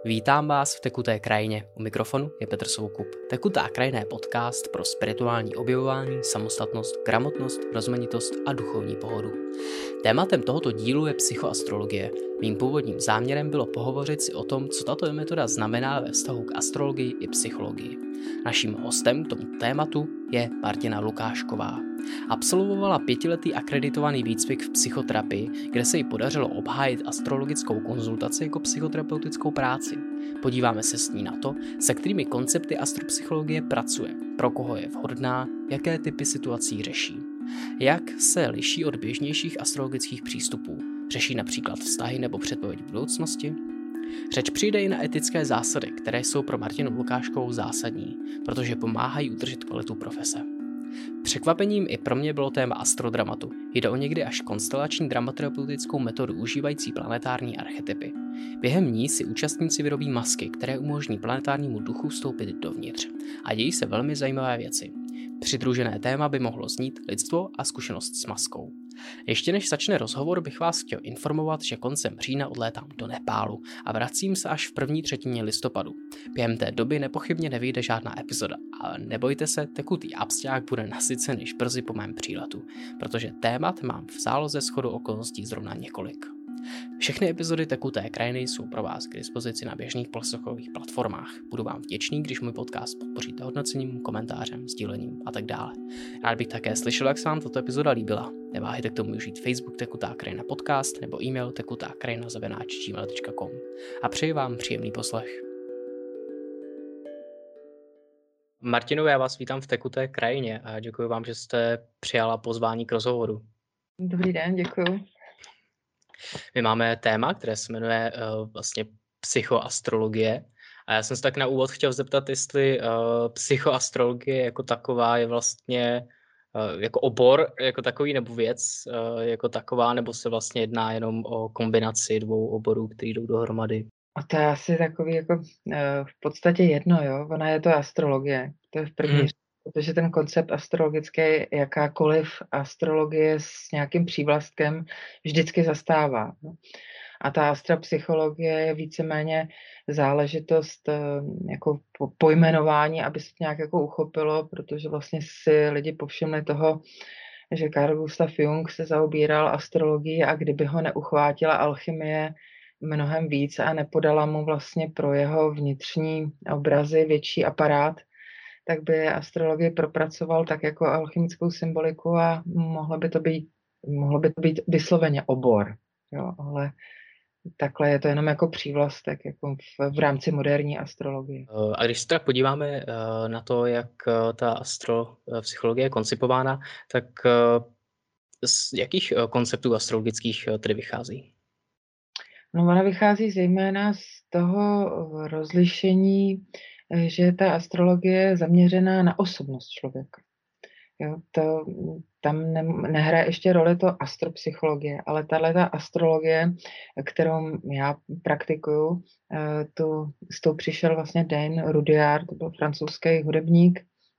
Vítám vás v Tekuté krajině. U mikrofonu je Petr Soukup. Tekutá krajina je podcast pro spirituální objevování, samostatnost, gramotnost, rozmanitost a duchovní pohodu. Tématem tohoto dílu je psychoastrologie. Mým původním záměrem bylo pohovořit si o tom, co tato metoda znamená ve vztahu k astrologii i psychologii. Naším hostem k tomu tématu je Martina Lukášková. Absolvovala 5letý akreditovaný výcvik v psychoterapii, kde se jí podařilo obhájit astrologickou konzultaci jako psychoterapeutickou práci. Podíváme se s ní na to, se kterými koncepty astropsychologie pracuje, pro koho je vhodná, jaké typy situací řeší. Jak se liší od běžnějších astrologických přístupů? Řeší například vztahy nebo předpověď budoucnosti? Řeč přijde i na etické zásady, které jsou pro Martinu Lukáškovou zásadní, protože pomáhají udržet kvalitu profese. Překvapením i pro mě bylo téma astrodramatu. Jde o někdy až konstelační dramaterapeutickou metodu užívající planetární archetypy. Během ní si účastníci vyrobí masky, které umožní planetárnímu duchu vstoupit dovnitř. A dějí se velmi zajímavé věci. Přidružené téma by mohlo znít lidstvo a zkušenost s maskou. Ještě než začne rozhovor, bych vás chtěl informovat, že koncem října odlétám do Nepálu a vracím se až v první třetině listopadu. Během té doby nepochybně nevyjde žádná epizoda, ale nebojte se, tekutý absťák bude nasycen již brzy po mém příletu, protože témat mám v záloze shodou okolností zrovna několik. Všechny epizody Tekuté krajiny jsou pro vás k dispozici na běžných poslechových platformách. Budu vám vděčný, když můj podcast podpoříte hodnocením, komentářem, sdílením a tak dále. Rád bych také slyšel, jak se vám tato epizoda líbila. Neváhejte k tomu využít Facebook Tekutá krajina podcast nebo e-mail tekutakrajina@gmail.com. A přeji vám příjemný poslech. Martino, já vás vítám v Tekuté krajině a děkuji vám, že jste přijala pozvání k rozhovoru. Dobrý den, děkuji. My máme téma, které se jmenuje vlastně psychoastrologie. A já jsem se tak na úvod chtěl zeptat, jestli psychoastrologie jako taková je vlastně jako obor jako takový nebo věc jako taková, nebo se vlastně jedná jenom o kombinaci dvou oborů, které jdou dohromady. A to je asi takový jako v podstatě jedno, jo. Ona je to astrologie. To je v první řadě, protože ten koncept astrologický, jakákoliv astrologie s nějakým přívlastkem vždycky zastává. No. A ta astropsychologie je víceméně záležitost jako pojmenování, aby se to nějak jako uchopilo, protože vlastně si lidi povšimli toho, že Carl Gustav Jung se zaobíral astrologií a kdyby ho neuchvátila alchymie mnohem víc a nepodala mu vlastně pro jeho vnitřní obrazy větší aparát, tak by astrologii propracoval tak jako alchymickou symboliku a mohlo by to být vysloveně obor. Jo, ale takhle je to jenom jako přívlastek jako v rámci moderní astrologie. A když se tak podíváme na to, jak ta astropsychologie je koncipována, tak z jakých konceptů astrologických tedy vychází? No, ona vychází zejména z toho rozlišení, že ta astrologie je zaměřená na osobnost člověka. Jo, tam nehraje ještě roli to astropsychologie, ale tato astrologie, kterou já praktikuju, s tou přišel vlastně Dane Rudyard, to byl francouzský hudebník,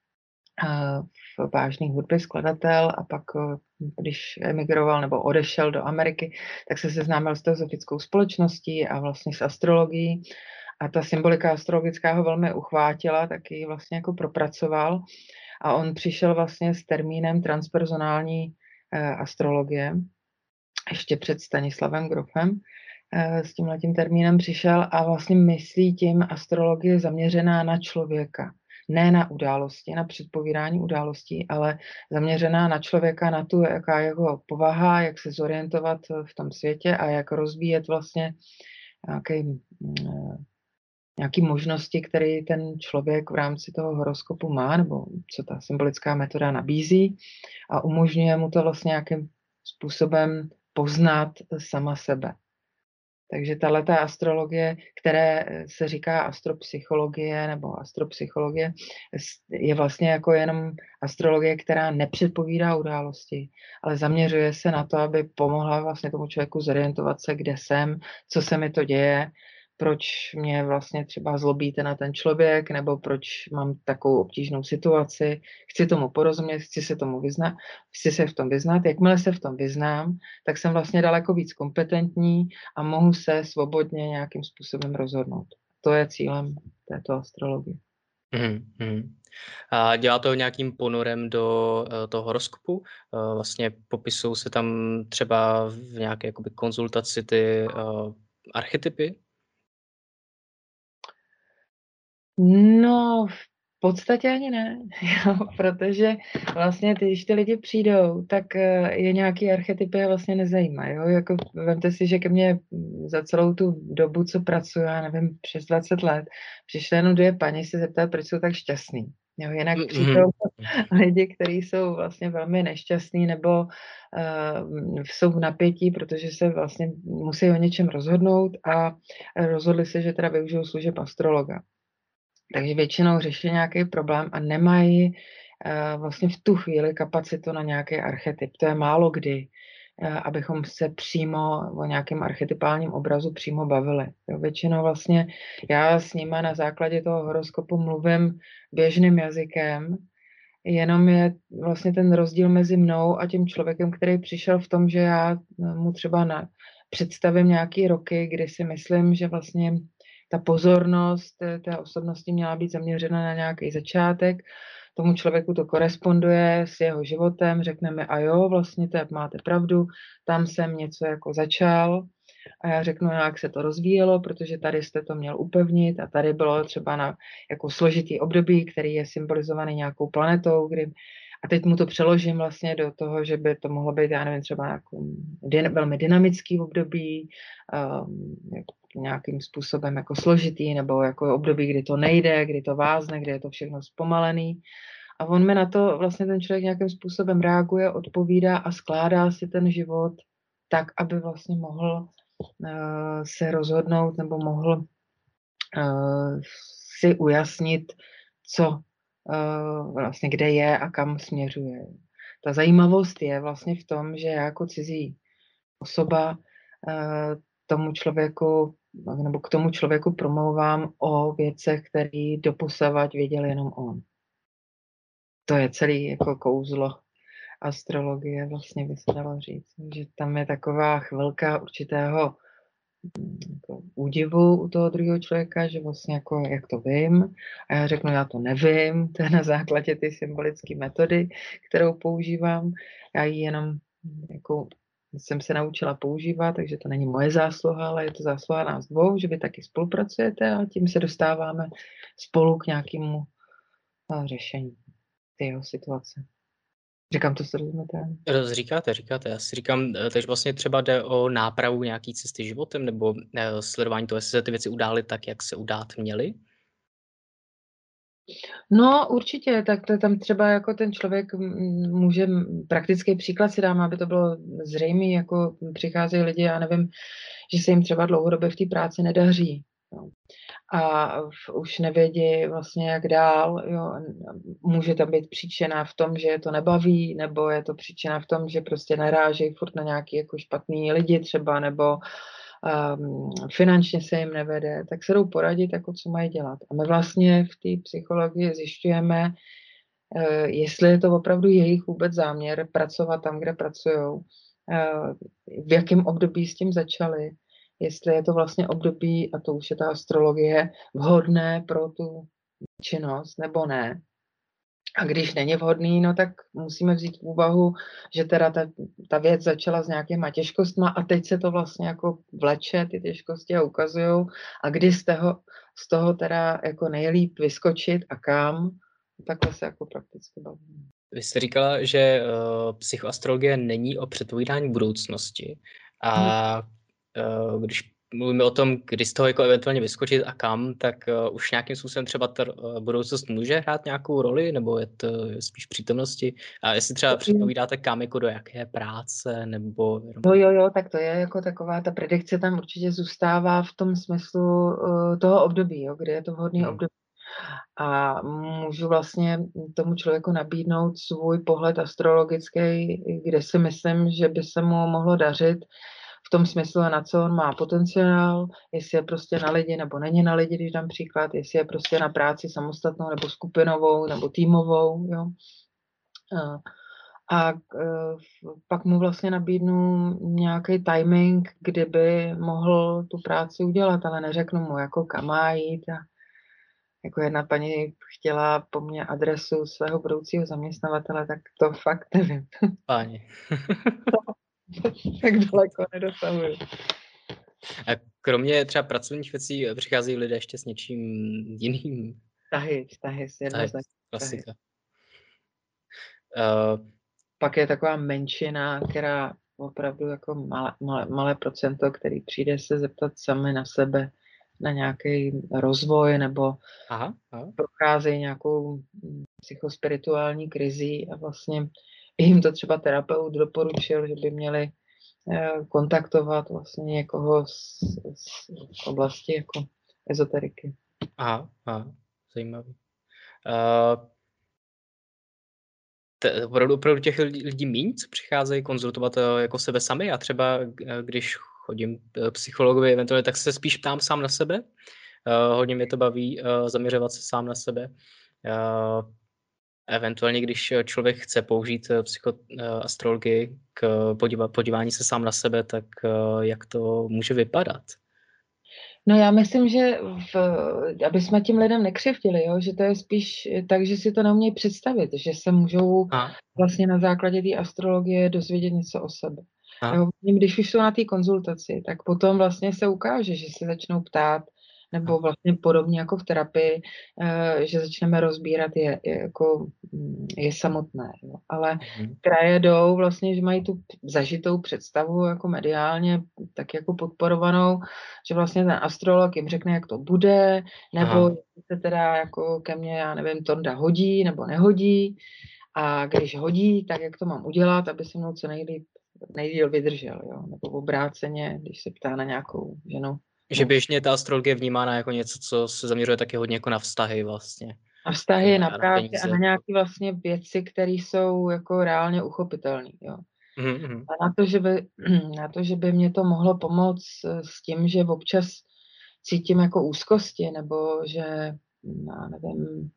v vážné hudbě skladatel a pak, když emigroval nebo odešel do Ameriky, tak se seznámil s teozofickou společností a vlastně s astrologií a ta symbolika astrologická ho velmi uchvátila, tak ji vlastně jako propracoval a on přišel vlastně s termínem transpersonální astrologie, ještě před Stanislavem Grofem, s tímhletím termínem přišel a vlastně myslí tím astrologie zaměřená na člověka. Ne na události, na předpovídání událostí, ale zaměřená na člověka, na tu, jaká je jeho povaha, jak se zorientovat v tom světě a jak rozvíjet vlastně nějaké možnosti, které ten člověk v rámci toho horoskopu má, nebo co ta symbolická metoda nabízí a umožňuje mu to vlastně nějakým způsobem poznat sama sebe. Takže tato astrologie, které se říká astropsychologie nebo astropsychologie, je vlastně jako jenom astrologie, která nepředpovídá události, ale zaměřuje se na to, aby pomohla vlastně tomu člověku zorientovat se, kde jsem, co se mi to děje, proč mě vlastně třeba zlobíte na ten člověk, nebo proč mám takovou obtížnou situaci, chci tomu porozumět, chci se v tom vyznat. Jakmile se v tom vyznám, tak jsem vlastně daleko víc kompetentní a mohu se svobodně nějakým způsobem rozhodnout. to je cílem této astrologie. A dělá to nějakým ponorem do toho horoskopu? Vlastně popisují se tam třeba v nějaké jakoby konzultaci ty archetypy? No, v podstatě ani ne, jo, protože vlastně když ty lidi přijdou, tak je nějaký archetypy je vlastně nezajímají, jo, jako vemte si, že ke mně za celou tu dobu, co pracuji, já nevím, přes 20 let, přišly jenom 2 paní se zeptat, proč jsou tak šťastný. Jo, jinak přijdou lidi, kteří jsou vlastně velmi nešťastní nebo jsou v napětí, protože se vlastně musí o něčem rozhodnout a rozhodli se, že teda využijou služeb astrologa. Takže většinou řeší nějaký problém a nemají vlastně v tu chvíli kapacitu na nějaký archetyp. To je málo kdy, abychom se přímo o nějakém archetypálním obrazu přímo bavili. Jo, většinou vlastně já s nima na základě toho horoskopu mluvím běžným jazykem, jenom je vlastně ten rozdíl mezi mnou a tím člověkem, který přišel v tom, že já mu třeba představím nějaký roky, kdy si myslím, že vlastně ta pozornost té osobnosti měla být zaměřena na nějaký začátek, tomu člověku to koresponduje s jeho životem, řekneme a jo, vlastně to máte pravdu, tam jsem něco jako začal a já řeknu, jak se to rozvíjelo, protože tady jste to měl upevnit a tady bylo třeba na jako složitý období, který je symbolizovaný nějakou planetou, a teď mu to přeložím vlastně do toho, že by to mohlo být, já nevím, třeba jako velmi dynamický období, nějakým způsobem jako složitý, nebo jako období, kdy to nejde, kdy to vázne, kdy je to všechno zpomalený. A on mi na to vlastně ten člověk nějakým způsobem reaguje, odpovídá a skládá si ten život tak, aby vlastně mohl se rozhodnout nebo mohl si ujasnit, co vlastně kde je a kam směřuje. Ta zajímavost je vlastně v tom, že já jako cizí osoba tomu člověku nebo k tomu člověku promlouvám o věcech, které doposavad věděl jenom on. To je celý jako kouzlo astrologie, vlastně by se dalo říct, že tam je taková chvilka určitého jako údivu u toho druhého člověka, že vlastně jako, jak to vím, a já řeknu, já to nevím, to je na základě ty symbolické metody, kterou používám, já ji jenom jako jsem se naučila používat, takže to není moje zásluha, ale je to zásluha nás dvou, že vy taky spolupracujete a tím se dostáváme spolu k nějakému řešení té jeho situace. Říkám to srozumitelně. Říkáte. Já si říkám, takže vlastně třeba jde o nápravu nějaký cesty životem nebo sledování toho, jestli se ty věci udály tak, jak se udát měly? No určitě, tak to tam třeba jako ten člověk může, praktický příklad si dám, aby to bylo zřejmé, jako přicházejí lidi, já nevím, že se jim třeba dlouhodobě v té práci nedaří. Jo. A už nevědí vlastně jak dál, jo. Může tam být příčina v tom, že je to nebaví, nebo je to příčina v tom, že prostě narážejí furt na nějaký jako špatný lidi třeba, nebo finančně se jim nevede, tak se jdou poradit, jako co mají dělat. A my vlastně v té psychologii zjišťujeme, jestli je to opravdu jejich vůbec záměr pracovat tam, kde pracují, v jakém období s tím začali, jestli je to vlastně období, a to už je ta astrologie, vhodné pro tu činnost, nebo ne. A když není vhodný, no tak musíme vzít v úvahu, že teda ta věc začala s nějakýma těžkostma a teď se to vlastně jako vleče, ty těžkosti a ukazujou. A kdy z toho teda jako nejlíp vyskočit a kam, takhle se jako prakticky bavíme. Vy jste říkala, že psychoastrologie není o předpovídání budoucnosti. A když mluvíme o tom, kdy z toho jako eventuálně vyskočit a kam, tak už nějakým způsobem třeba ta budoucnost může hrát nějakou roli, nebo je to spíš přítomnosti? A jestli třeba předpovídáte kam, jako do jaké práce, nebo... Jo, tak to je jako taková, ta predikce tam určitě zůstává v tom smyslu toho období, jo, kdy je to vhodný období. A můžu vlastně tomu člověku nabídnout svůj pohled astrologický, kde si myslím, že by se mu mohlo dařit v tom smyslu, na co on má potenciál, jestli je prostě na lidi nebo není na lidi, když dám příklad, jestli je prostě na práci samostatnou nebo skupinovou nebo týmovou, jo. A pak mu vlastně nabídnu nějaký timing, kdyby mohl tu práci udělat, ale neřeknu mu, jako kam má jít. A jako jedna paní chtěla po mně adresu svého budoucího zaměstnavatele, tak to fakt nevím. Páni. Tak daleko nedosahuju. A kromě třeba pracovních věcí přicházejí lidé ještě s něčím jiným? Vztahy, jednoznačně vztahy. Klasika. Pak je taková menšina, která opravdu jako malé procento, který přijde se zeptat sami na sebe, na nějaký rozvoj, nebo Aha. procházejí nějakou psychospirituální krizí a vlastně jim to třeba terapeut doporučil, že by měli kontaktovat vlastně někoho z oblasti jako ezoteriky. Aha, zajímavý. Opravdu těch lidí míň, co přicházejí konzultovat jako sebe sami. A třeba když chodím psychologovi eventuálně, tak se spíš ptám sám na sebe. Hodně mě to baví zaměřovat se sám na sebe. Eventuálně, když člověk chce použít psychoastrologii k podívání se sám na sebe, tak jak to může vypadat? No já myslím, že aby jsme tím lidem nekřivdili, jo? Že to je spíš tak, že si to neumějí představit, že se můžou vlastně na základě té astrologie dozvědět něco o sebe. Jo? Když už jsou na té konzultaci, tak potom vlastně se ukáže, že se začnou ptát, nebo vlastně podobně jako v terapii, že začneme rozbírat je samotné. Jo? Ale kraje jdou vlastně, že mají tu zažitou představu jako mediálně tak jako podporovanou, že vlastně ten astrolog jim řekne, jak to bude, nebo se teda jako ke mně, já nevím, Tonda hodí nebo nehodí. A když hodí, tak jak to mám udělat, aby se mnou co nejdýl vydržel, jo? Nebo obráceně, když se ptá na nějakou ženu. Že běžně ta astrologie vnímána jako něco, co se zaměřuje taky hodně jako na vztahy vlastně. Na vztahy, na práci a na nějaké vlastně věci, které jsou jako reálně uchopitelné, jo. A na to, že by mě to mohlo pomoct s tím, že občas cítím jako úzkosti, nebo že, já nevím,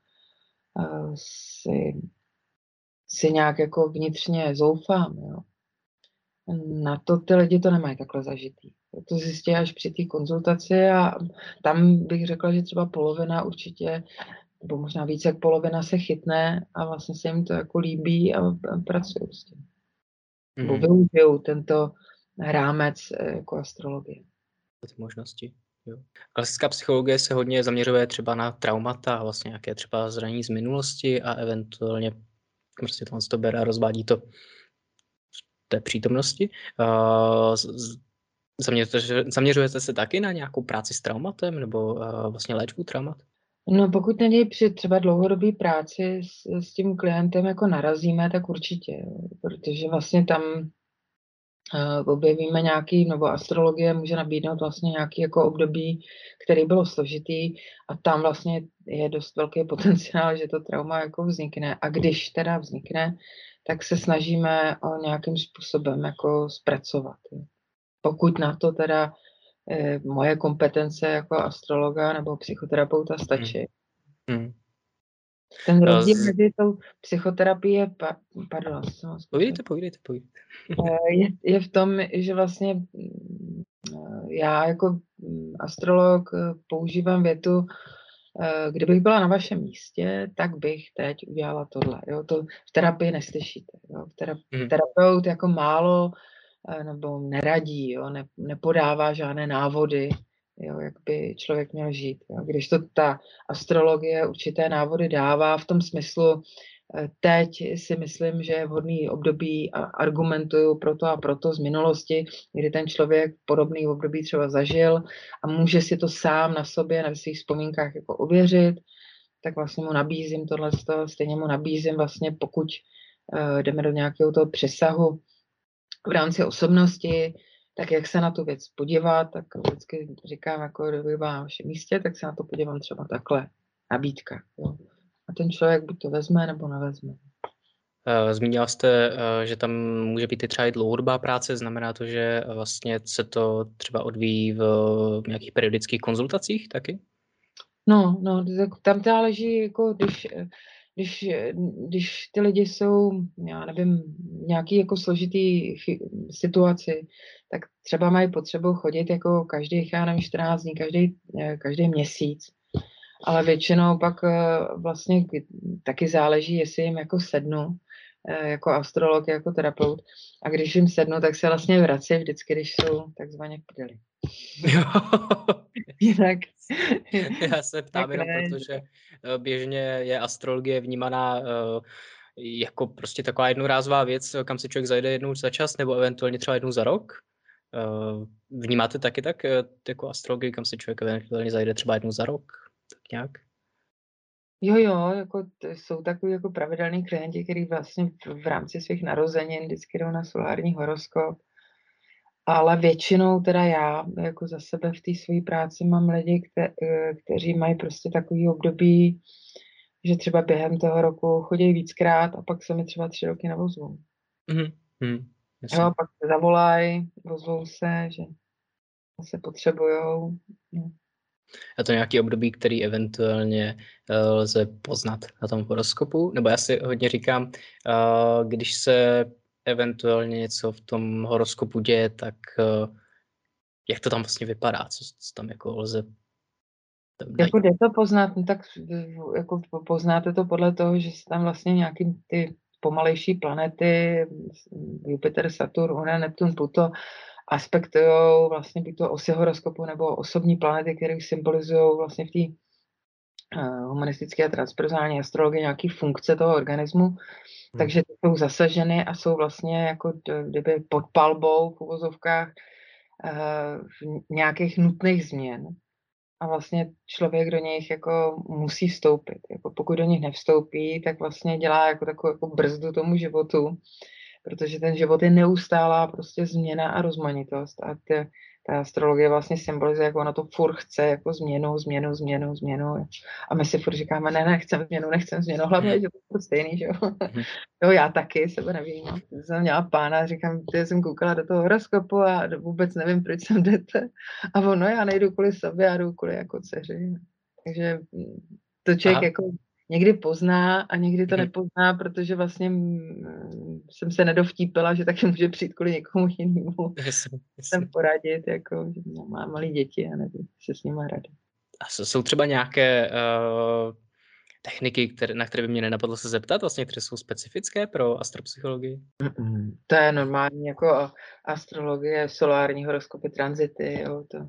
si nějak jako vnitřně zoufám, jo. Na to ty lidi to nemají takhle zažitý. To zjistí až při té konzultaci a tam bych řekla, že třeba polovina určitě, nebo možná více jak polovina se chytne a vlastně se jim to jako líbí a pracují s tím. Nebo využijou tento rámec jako astrologie. Ty možnosti. Jo. Klasická psychologie se hodně zaměřuje třeba na traumata, vlastně nějaké třeba zranění z minulosti a eventuálně prostě to bere a rozvádí to v té přítomnosti. Zaměřujete se taky na nějakou práci s traumatem nebo vlastně léčbu traumat? No pokud na něj při třeba dlouhodobé práci s tím klientem jako narazíme, tak určitě, protože vlastně tam objevíme nějaký, nebo astrologie může nabídnout vlastně nějaký jako období, který bylo složitý a tam vlastně je dost velký potenciál, že to trauma jako vznikne a když teda vznikne, tak se snažíme o nějakým způsobem jako zpracovat. Pokud na to teda moje kompetence jako astrologa nebo psychoterapeuta stačí. Ten rozdíl mezi tou psychoterapií je, pardon, Povídejte. Je v tom, že vlastně já jako astrolog používám větu, kdybych byla na vašem místě, tak bych teď udělala tohle. Jo? To v terapii neslyšíte. Jo? Terapeut jako málo nebo neradí, jo? Nepodává žádné návody, jo? Jak by člověk měl žít. Jo? Když to ta astrologie určité návody dává v tom smyslu, teď si myslím, že je vhodný období a argumentuju proto a proto z minulosti, kdy ten člověk podobný období třeba zažil a může si to sám na sobě, na svých vzpomínkách jako ověřit, tak vlastně mu nabízím tohle, stejně mu nabízím vlastně, pokud jdeme do nějakého toho přesahu v rámci osobnosti, tak jak se na tu věc podívat, tak vždycky říkám, jako kdyby byla na vašem místě, tak se na to podívám třeba takhle, nabídka. Jo. A ten člověk buď to vezme, nebo nevezme. Zmínila jste, že tam může být i třeba i dlouhodobá práce, znamená to, že vlastně se to třeba odvíjí v nějakých periodických konzultacích taky? No, tam záleží, jako když ty lidi jsou, já nevím, nějaký jako složitý situaci, tak třeba mají potřebu chodit jako každých, já nevím, 14 dní, každý měsíc. Ale většinou pak vlastně taky záleží, jestli jim jako sednu, jako astrolog, jako terapeut. A když jim sednu, tak se vlastně vrací vždycky, když jsou takzvaně v prdeli. Jinak, Já se ptám tak jenom ne. proto, že běžně je astrologie vnímaná jako prostě taková jednorázová věc, kam se člověk zajde jednou za čas, nebo eventuálně třeba jednou za rok. Vnímáte taky tak jako astrologii, kam se člověk eventuálně zajde třeba jednou za rok? Tak nějak? Jo, jako jsou takový jako pravidelní klienti, kteří vlastně v rámci svých narozenin vždycky jdou na solární horoskop. Ale většinou teda já jako za sebe v té své práci mám lidi, kteří mají prostě takový období, že třeba během toho roku chodí víckrát a pak se mi třeba 3 roky nevozvou. Jo, pak se zavolají, ozvou se, že se potřebujou. No. Je to nějaký období, který eventuálně lze poznat na tom horoskopu? Nebo já si hodně říkám, když se eventuálně něco v tom horoskopu děje, tak jak to tam vlastně vypadá? Co tam jako lze tam najít? Jako jde to poznat, no tak jako poznáte to podle toho, že se tam vlastně nějaký ty pomalejší planety, Jupiter, Saturn, Uran, Neptun, Pluto, aspektujou vlastně buď to osy horoskopu nebo osobní planety, které symbolizují vlastně v té humanistické a transpersonální astrologii nějaké funkce toho organismu, takže ty jsou zasaženy a jsou vlastně jako kdyby pod palbou v uvozovkách v nějakých nutných změn. A vlastně člověk do nich jako musí vstoupit. Jako pokud do nich nevstoupí, tak vlastně dělá jako takovou jako brzdu tomu životu, protože ten život je neustálá prostě změna a rozmanitost a ta astrologie vlastně symbolizuje, jako ona to furt chce jako změnu. A my si furt říkáme, ne, nechcem změnu, hlavně je to furt stejný, že jo. Jo, já taky sebe nevyjímám. Jsem měla pána, říkám, že jsem koukala do toho horoskopu a vůbec nevím, proč sem jdete. A ono, já nejdu kvůli sobě, já jdu kvůli jako dceři. Takže to člověk jako někdy pozná a někdy to nepozná, protože vlastně jsem se nedovtípila, že taky může přijít kvůli někomu jinému. Jsem poradit, jako, že mám malé děti a nevím, se s nimi rady. A jsou třeba nějaké techniky, na které by mě nenapadlo se zeptat, vlastně, které jsou specifické pro astropsychologii? To je normální jako astrologie, solární horoskopy, tranzity, jo, to.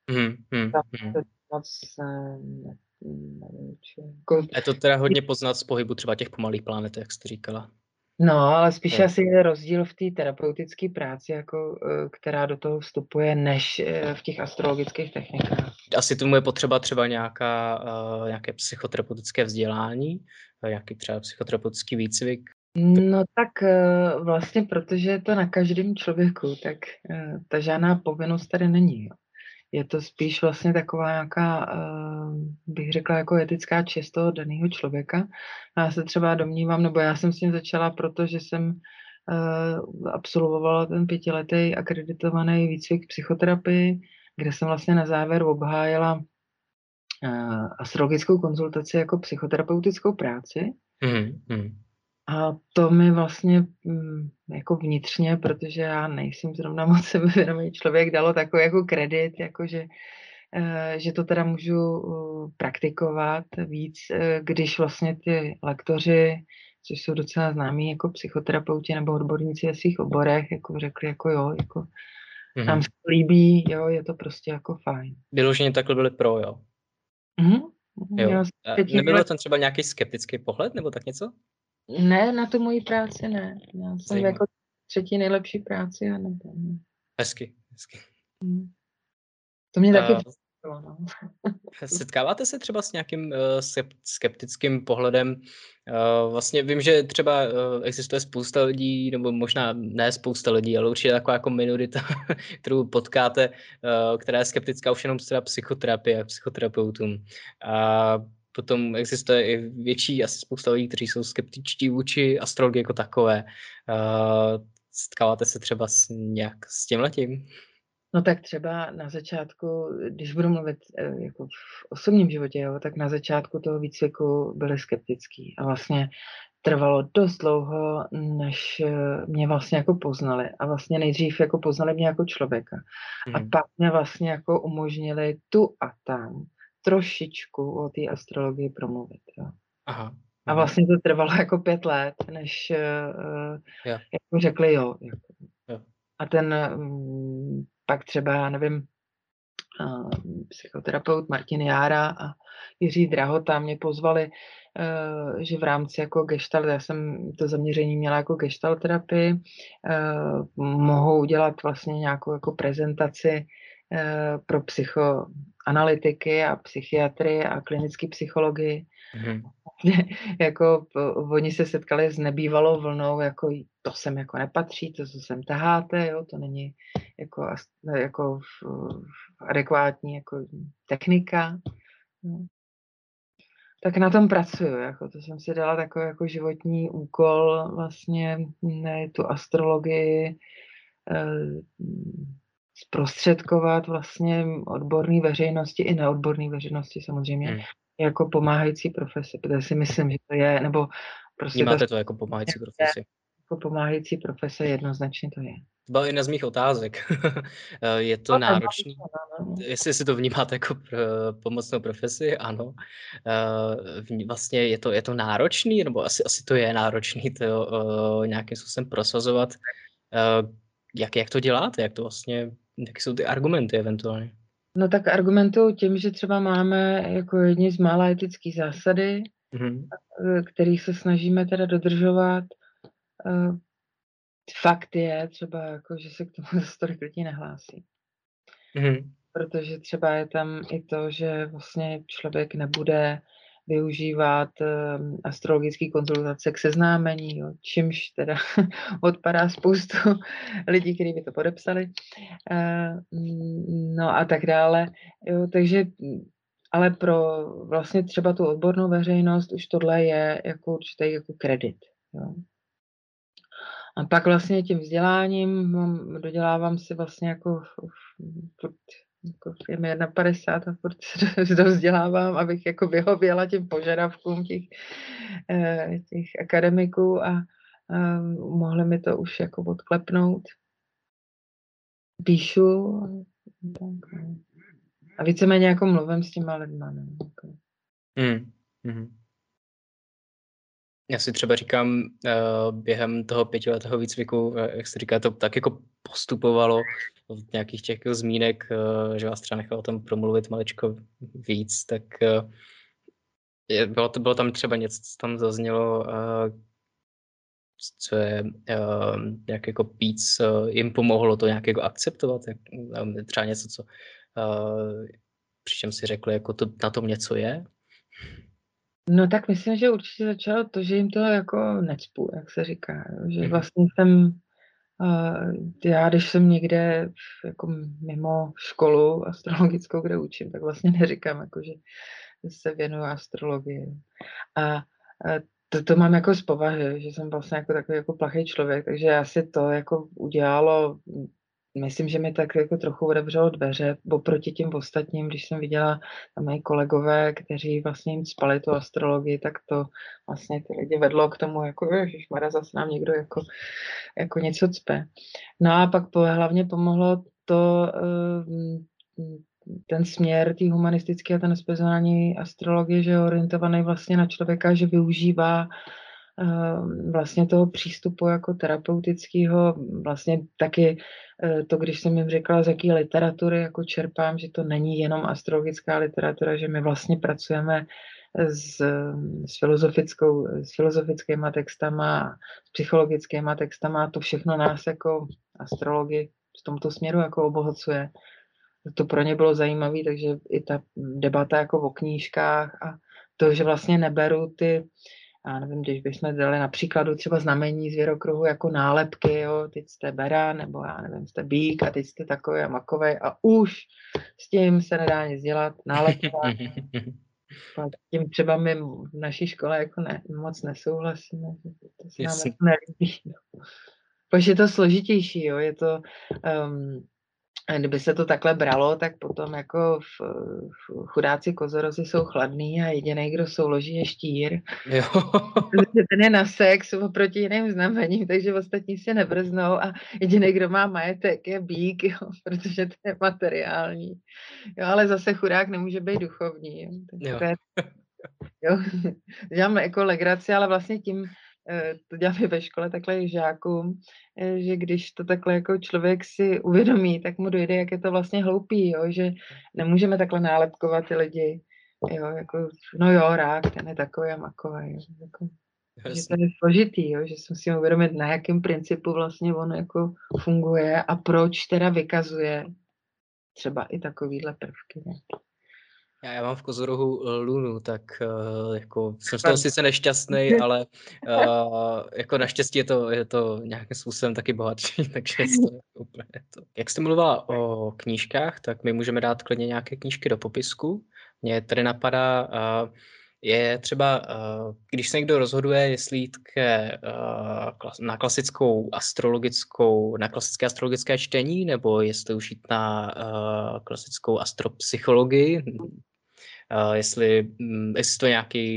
Moc nevím, Je to teda hodně poznat z pohybu třeba těch pomalých planet, jak jste říkala. No, ale spíš asi je rozdíl v té terapeutické práci, jako, která do toho vstupuje, než v těch astrologických technikách. Asi tomu je potřeba třeba nějaké psychoterapeutické vzdělání, nějaký třeba psychoterapeutický výcvik? No tak vlastně, protože je to na každém člověku, tak ta žádná povinnost tady není. Jo. Je to spíš vlastně taková nějaká, bych řekla, jako etická čest toho daného člověka. Já se třeba domnívám, nebo já jsem s tím začala, protože jsem absolvovala ten 5letý akreditovaný výcvik psychoterapii, kde jsem vlastně na závěr obhájila astrologickou konzultaci jako psychoterapeutickou práci. A to mi vlastně jako vnitřně, protože já nejsem zrovna moc sebevědomý člověk, dalo takový jako kredit, jakože že to teda můžu praktikovat víc, když vlastně ty lektoři, což jsou docela známí jako psychoterapeuti nebo odborníci ve svých oborech, jako řekli jako jo, jako nám se to líbí, jo, je to prostě jako fajn. Vyloženě takhle byli pro, jo? Jo. Nebyl tam třeba nějaký skeptický pohled nebo tak něco? Ne, na tu moji práci ne. Já jsem jako 3. nejlepší práci a nebo. Hezky. To mě taky přijelo, no. Setkáváte se třeba s nějakým skeptickým pohledem? Vlastně vím, že třeba existuje spousta lidí, nebo možná ne spousta lidí, ale určitě taková jako minorita, kterou potkáte, která je skeptická už jenom třeba psychoterapie a psychoterapeutům. A potom existuje i větší, asi spousta lidí, kteří jsou skeptičtí vůči astrologii jako takové. Setkáváte se třeba nějak s tímhletím? No tak třeba na začátku, když budu mluvit jako v osobním životě, jo, tak na začátku toho výcviku byli skeptický a vlastně trvalo dost dlouho, než mě vlastně jako poznali a vlastně nejdřív jako poznali mě jako člověka a Mhm. pak mě vlastně jako umožnili tu a tam trošičku o té astrologii promluvit, jo. Aha. A Mhm. vlastně to trvalo jako 5 let, než Jo, jako řekli jo, jako. jo. A ten pak třeba, já nevím, psychoterapeut Martin Jára a Jiří Drahota mě pozvali, že v rámci jako gestalt, já jsem to zaměření měla jako gestalt terapii, mohou udělat vlastně nějakou jako prezentaci pro psychoanalytiky a psychiatry a klinické psychologii. Mhm. Jako oni se setkali s nebývalou vlnou, jako to sem jako nepatří, to, co sem taháte, jo, to není jako adekvátní jako technika. No. Tak na tom pracuju, jako to jsem si dala takový jako životní úkol, vlastně tu astrologii zprostředkovat vlastně odborné veřejnosti i neodborné veřejnosti samozřejmě, Mhm. jako pomáhající profese, protože si myslím, že to je, nebo prostě to Vnímáte to jako pomáhající je profesi? jako pomáhající profese, jednoznačně to je. To byla jedna z mých otázek. Je to No, náročný? no. Jestli to vnímáte jako pomocnou profesi, ano. Vlastně je to náročný, nebo asi to je náročný to, nějakým způsobem prosazovat. Jak to děláte? Jak to vlastně jaké jsou ty argumenty eventuálně? No tak argumentuju tím, že třeba máme jako jedni z mála etické zásady, Mhm. který se snažíme teda dodržovat. Eh, Fakt je třeba jako, že se k tomu zase tolik lidí nehlásí. Mhm. Protože třeba je tam i to, že vlastně člověk nebude využívat astrologické konzultace k seznámení, jo, čímž teda odpadá spoustu lidí, kteří by to podepsali. No a tak dále. Jo, takže ale pro vlastně třeba tu odbornou veřejnost už tohle je jako určitý jako kredit. Jo. A pak vlastně tím vzděláním dodělávám si vlastně jako furt jako je mi 51 a furt se dovzdělávám, abych jako vyhověla těm požadavkům těch akademiků a mohli mi to už jako odklepnout. Píšu tak, no. A víceméně jako mluvím s těma lidma, no, jako. Mhm. Mhm. Já si třeba říkám, během toho 5letého výcviku, jak jste říká, to tak jako postupovalo od nějakých těch jako zmínek, že vás třeba nechalo tam promluvit maličko víc, tak bylo tam třeba něco, co tam zaznělo, co je nějak jako víc jim pomohlo to nějak jako akceptovat, třeba něco, co přičem si řekli, jako to na tom něco je. No tak myslím, že určitě začalo to, že jim to jako necpu, jak se říká, jo, že Mhm. vlastně jsem já když jsem někde jako mimo školu astrologickou, kde učím, tak vlastně neříkám, jako, že se věnuju astrologii. A to mám jako z povahy, že jsem vlastně jako takový jako plachý člověk, takže asi to jako udělalo, myslím, že mi tak jako trochu otevřelo dveře oproti těm ostatním, když jsem viděla tam moji kolegové, kteří vlastně jim spali tu astrologii, tak to vlastně ty lidi vedlo k tomu, jako ježišmarja, zase nám někdo jako něco cpe. No a pak hlavně pomohlo to, ten směr té humanistické a ten speciální astrologie, že je orientovaný vlastně na člověka, že využívá vlastně toho přístupu jako terapeutického, vlastně taky to, když jsem jim řekla, z jaký literatury jako čerpám, že to není jenom astrologická literatura, že my vlastně pracujeme s filozofickýma textama, s psychologickýma textama a to všechno nás jako astrologii v tomto směru jako obohacuje. To pro ně bylo zajímavé, takže i ta debata jako o knížkách a to, že vlastně neberu ty, já nevím, když bychom dali na příkladu třeba znamení zvěrokruhu jako nálepky, jo, teď jste beran, nebo já nevím, jste býk a teď jste takový a makovej a už s tím se nedá nic dělat, nálepka. Tím třeba my v naší škole jako moc nesouhlasíme, to se nám Jasně. jako nelíbí. No. Protože je to složitější, jo, je to A kdyby se to takhle bralo, tak potom jako chudáci kozorozy jsou chladný a jediný, kdo souloží, je štír. Jo. Protože ten je na sex oproti jiným znamením, takže ostatní se nebrznou a jediný, kdo má majetek, je býk, jo, protože to je materiální. Jo, ale zase chudák nemůže být duchovní. Jo. Jo. To je, jo. Dělám jako legraci, ale vlastně tím, to dělám i ve škole takhle i žákům, že když to takhle jako člověk si uvědomí, tak mu dojde, jak je to vlastně hloupý, jo, že nemůžeme takhle nálepkovat ty lidi, jo, jako, no jo, rák, ten je takový a makový, jo, jako, že to je složitý, jo, že si musíme uvědomit, na jakém principu vlastně on jako funguje a proč teda vykazuje třeba i takovýhle prvky. Ne? Já mám v kozorohu Lunu, tak jako jsem z toho sice nešťastný, ale jako naštěstí je to nějakým způsobem taky bohatší, takže to úplně to. Jak jste mluvila o knížkách, tak my můžeme dát klidně nějaké knížky do popisku. Mně tady napadá, je třeba, když se někdo rozhoduje, jestli jít na na klasické astrologické čtení, nebo jestli už jít na klasickou astropsychologii, jestli existuje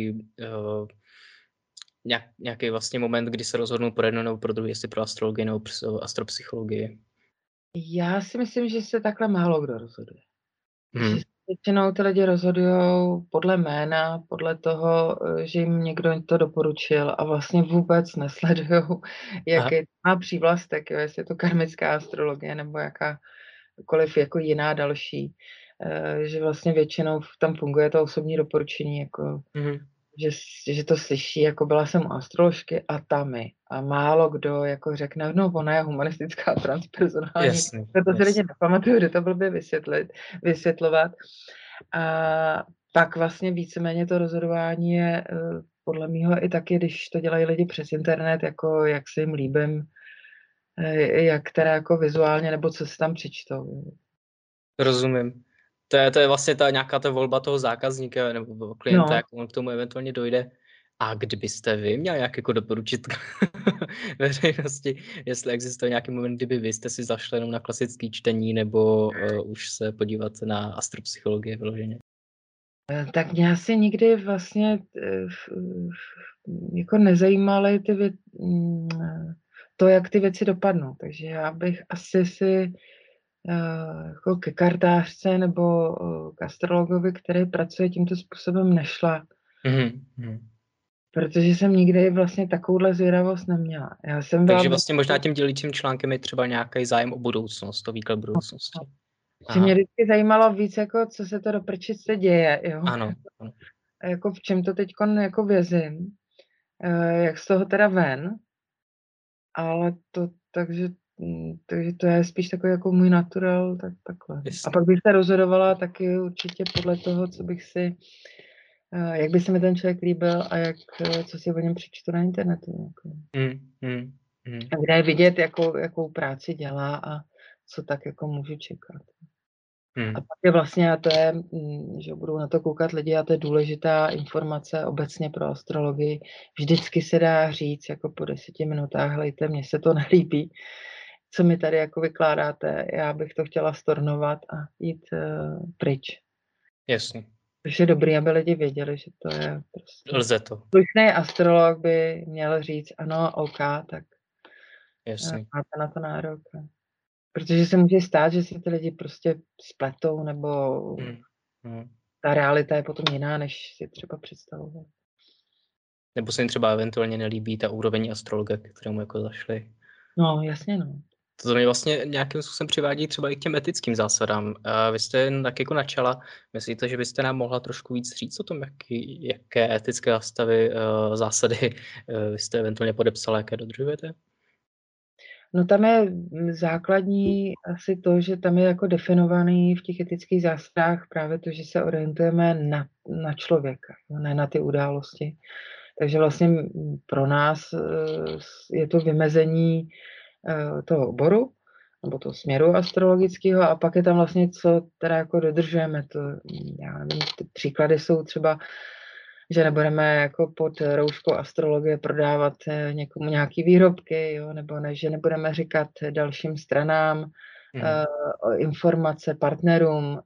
nějaký vlastně moment, kdy se rozhodnou pro jedno nebo pro druhé, jestli pro astrologii nebo pro astropsychologii. Já si myslím, že se takhle málo kdo rozhoduje. Že většinou ty lidi rozhodujou podle jména, podle toho, že jim někdo to doporučil a vlastně vůbec nesledujou, jaký má přívlastek, jo, jestli je to karmická astrologie nebo jakákoliv jako jiná další. Že vlastně většinou tam funguje to osobní doporučení, jako že to slyší, jako byla jsem u astroložky a tam a málo kdo jako řekne, no ona je humanistická, transpersonální. Jasně. To si lidi nepamatuju, kde to blbě vysvětlovat. A pak vlastně víceméně to rozhodování je podle mýho i taky, když to dělají lidi přes internet, jako jak se jim líbím, jak teda jako vizuálně, nebo co si tam přečtou. Rozumím. To je vlastně nějaká ta volba toho zákazníka nebo klienta, jak on k tomu eventuálně dojde. A kdybyste vy měl nějak jako doporučit veřejnosti, jestli existuje nějaký moment, kdyby vy jste si zašli jenom na klasické čtení nebo už se podívat na astropsychologii vyloženě? Tak mě asi nikdy vlastně jako nezajímaly to, jak ty věci dopadnou. Takže já bych asi si jako ke kartářce nebo k astrologovi, který pracuje tímto způsobem, nešla. Protože jsem nikdy vlastně takovouhle zvědavost neměla. Takže vlastně možná tím dělícím článkem je třeba nějaký zájem o budoucnost, o výklad budoucnosti. Že mě vždycky zajímalo víc, jako co se to do prčice děje, jo. Ano. A jako v čem to teďkon jako vězím, jak z toho teda ven, ale takže to je spíš takový jako můj natural, takhle. Jasně. A pak bych se rozhodovala taky určitě podle toho, co bych si, jak by se mi ten člověk líbil a co si o něm přečtu na internetu. Jako. A kde je vidět, jakou práci dělá a co tak jako můžu čekat. A pak je vlastně, a to je, že budou na to koukat lidi a to je důležitá informace obecně pro astrologii. Vždycky se dá říct, jako po 10 minutách, hlejte, mně se to nelíbí, co mi tady jako vykládáte, já bych to chtěla stornovat a jít pryč. Jasně. Což je dobrý, aby lidi věděli, že to je prostě... Lze to. Slušný astrolog by měl říct, ano, OK, tak máte na to nárok. Protože se může stát, že si ty lidi prostě spletou, nebo ta realita je potom jiná, než si třeba představovat. Nebo se jim třeba eventuálně nelíbí ta úroveň astrologa, k kterému jako zašli. No, jasně, no. To mě vlastně nějakým způsobem přivádí třeba i k těm etickým zásadám. Vy jste jen tak jako načala. Myslíte, že byste nám mohla trošku víc říct o tom, jaké etické zásady vy jste eventuálně podepsala, jaké dodržujete? No tam je základní asi to, že tam je jako definovaný v těch etických zásadách právě to, že se orientujeme na člověka, ne na ty události. Takže vlastně pro nás je to vymezení toho oboru, nebo toho směru astrologického a pak je tam vlastně, co teda jako dodržujeme. To, já nevím, ty příklady jsou třeba, že nebudeme jako pod rouškou astrologie prodávat někomu nějaký výrobky, jo, nebo že nebudeme říkat dalším stranám, Mhm. informace partnerům,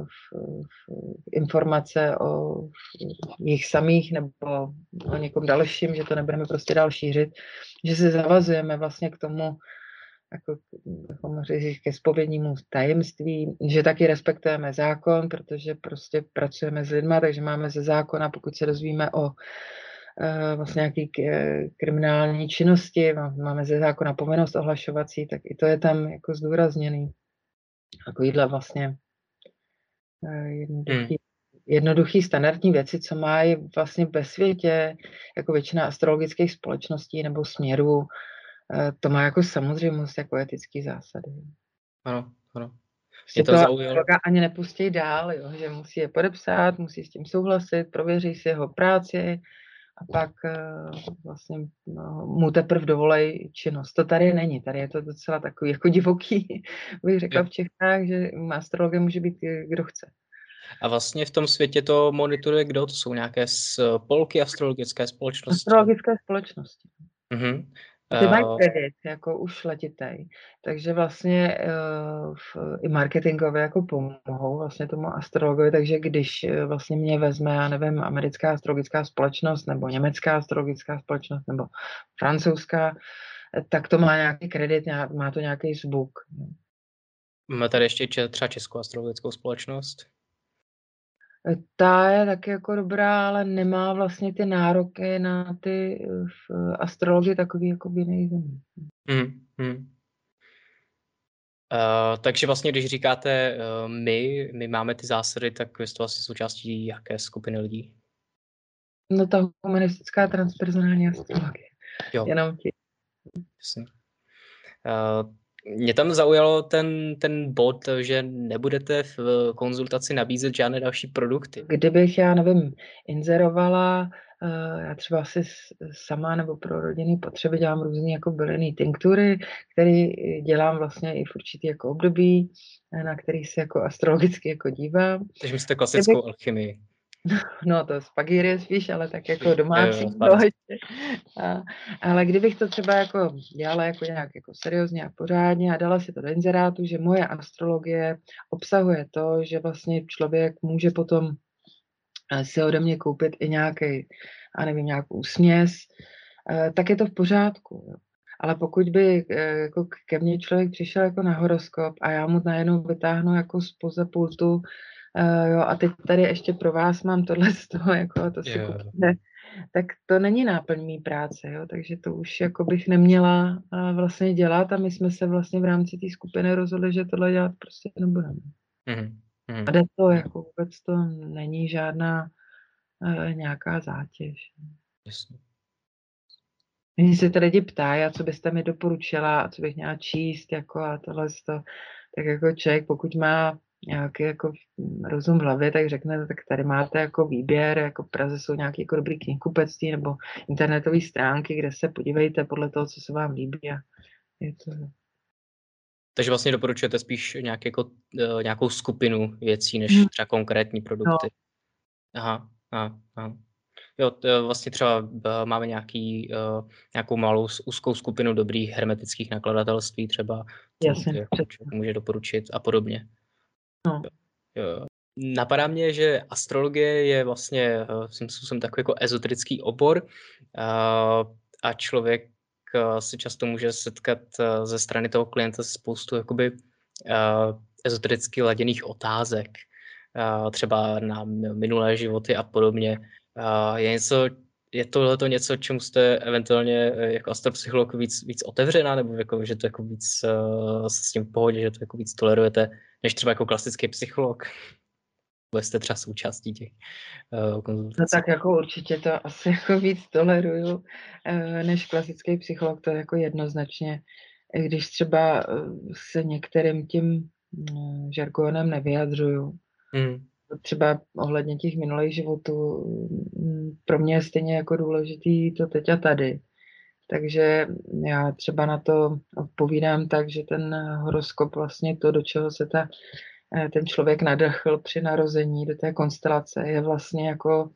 informace o jich samých nebo o někom dalším, že to nebudeme prostě dál šířit, že se zavazujeme vlastně k tomu, jako bychom mohli říct, ke zpovědnímu tajemství, že taky respektujeme zákon, protože prostě pracujeme s lidma, takže máme ze zákona, pokud se dozvíme o vlastně nějaký kriminální činnosti, máme ze zákona povinnost ohlašovací, tak i to je tam jako zdůrazněný. Takovýhle vlastně Hmm. jednoduchý standardní věci, co mají vlastně ve světě, jako většina astrologických společností nebo směrů, to má jako samozřejmost, jako etický zásady. Ano, ano. Mě Prostě to to zaujalo. astrologa ani nepustí dál, jo, že musí je podepsat, musí s tím souhlasit, prověří si jeho práci a pak vlastně mu teprve dovolej činnost. To tady není, tady je to docela takový jako divoký, bych řekla v Čechách, že astrologem může být kdo chce. A vlastně v tom světě to monitoruje kdo? To jsou nějaké spolky, astrologické společnosti? Astrologické společnosti. Mhm. Ty mají Uh, kredit jako už letitej, takže vlastně i marketingově jako pomohou vlastně tomu astrologovi, takže když vlastně mě vezme, já nevím, americká astrologická společnost nebo německá astrologická společnost nebo francouzská, tak to má nějaký kredit, má to nějaký zvuk. Máme tady ještě třeba Českou astrologickou společnost. Ta je taky jako dobrá, ale nemá vlastně ty nároky na ty astrologii takový jako v jiných zemích. Hmm. Takže vlastně, když říkáte my máme ty zásady, tak vy jste vlastně součástí jaké skupiny lidí? No ta humanistická transpersonální astrologie. Jo, Jenom ti. jasně. Mě tam zaujalo ten bod, že nebudete v konzultaci nabízet žádné další produkty. Kdybych, já nevím, inzerovala, já třeba asi sama nebo pro rodinné potřeby dělám různé jako bylinné tinktury, které dělám vlastně i v určitý jako období, na který se jako astrologicky jako dívám. Takže myslíte Kdybych, klasickou alchymii. no to spagíry spíš, ale tak jako domácí. Jo, pardon. Ale kdybych to třeba jako dělala jako nějak jako seriózně a pořádně a dala si to do inzerátu, že moje astrologie obsahuje to, že vlastně člověk může potom si ode mě koupit i nějaký, a nevím, nějakou směs, tak je to v pořádku. Jo. Ale pokud by jako ke mně člověk přišel jako na horoskop a já mu najednou vytáhnu jako spoza pultu, jo, a teď tady ještě pro vás mám tohle z toho, jako a to si kupíte, tak to není náplň mý práce, jo, takže to už jako bych neměla vlastně dělat a my jsme se vlastně v rámci té skupiny rozhodli, že tohle dělat prostě nebudeme. A jde to, jako vůbec to není žádná nějaká zátěž. Jasně. Když se ty lidi ptají, a co byste mi doporučila, a co bych měla číst, jako a tohle, tak jako člověk, pokud má nějaký jako rozum v hlavě, tak řekne, tak tady máte jako výběr, jako v Praze jsou nějaké jako dobrý knihkupectví nebo internetové stránky, kde se podívejte podle toho, co se vám líbí a je to... Takže vlastně doporučujete spíš nějakou skupinu věcí, než třeba konkrétní No, produkty. Aha. Jo, vlastně třeba máme nějakou malou úzkou skupinu dobrých hermetických nakladatelství třeba, jasně. člověk může doporučit a podobně. No. Jo. Napadá mě, že astrologie je vlastně svým způsobem takový jako ezoterický obor a člověk se často může setkat ze strany toho klienta se spoustu jakoby ezotericky laděných otázek, třeba na minulé životy a podobně. Je tohleto něco, čemu jste eventuálně jako astropsycholog víc otevřená, nebo jako, že to jako víc se s tím v pohodě, že to jako víc tolerujete, než třeba jako klasický psycholog? Jste třeba součástí těch konzultací? No tak jako určitě to asi jako víc toleruju, než klasický psycholog, to jako jednoznačně. Když třeba se některým tím žargonem nevyjadřuju, třeba ohledně těch minulých životů, pro mě je stejně jako důležitý to teď a tady. Takže já třeba na to odpovídám tak, že ten horoskop vlastně to, do čeho se ten člověk nadechl při narození do té konstelace, je vlastně jako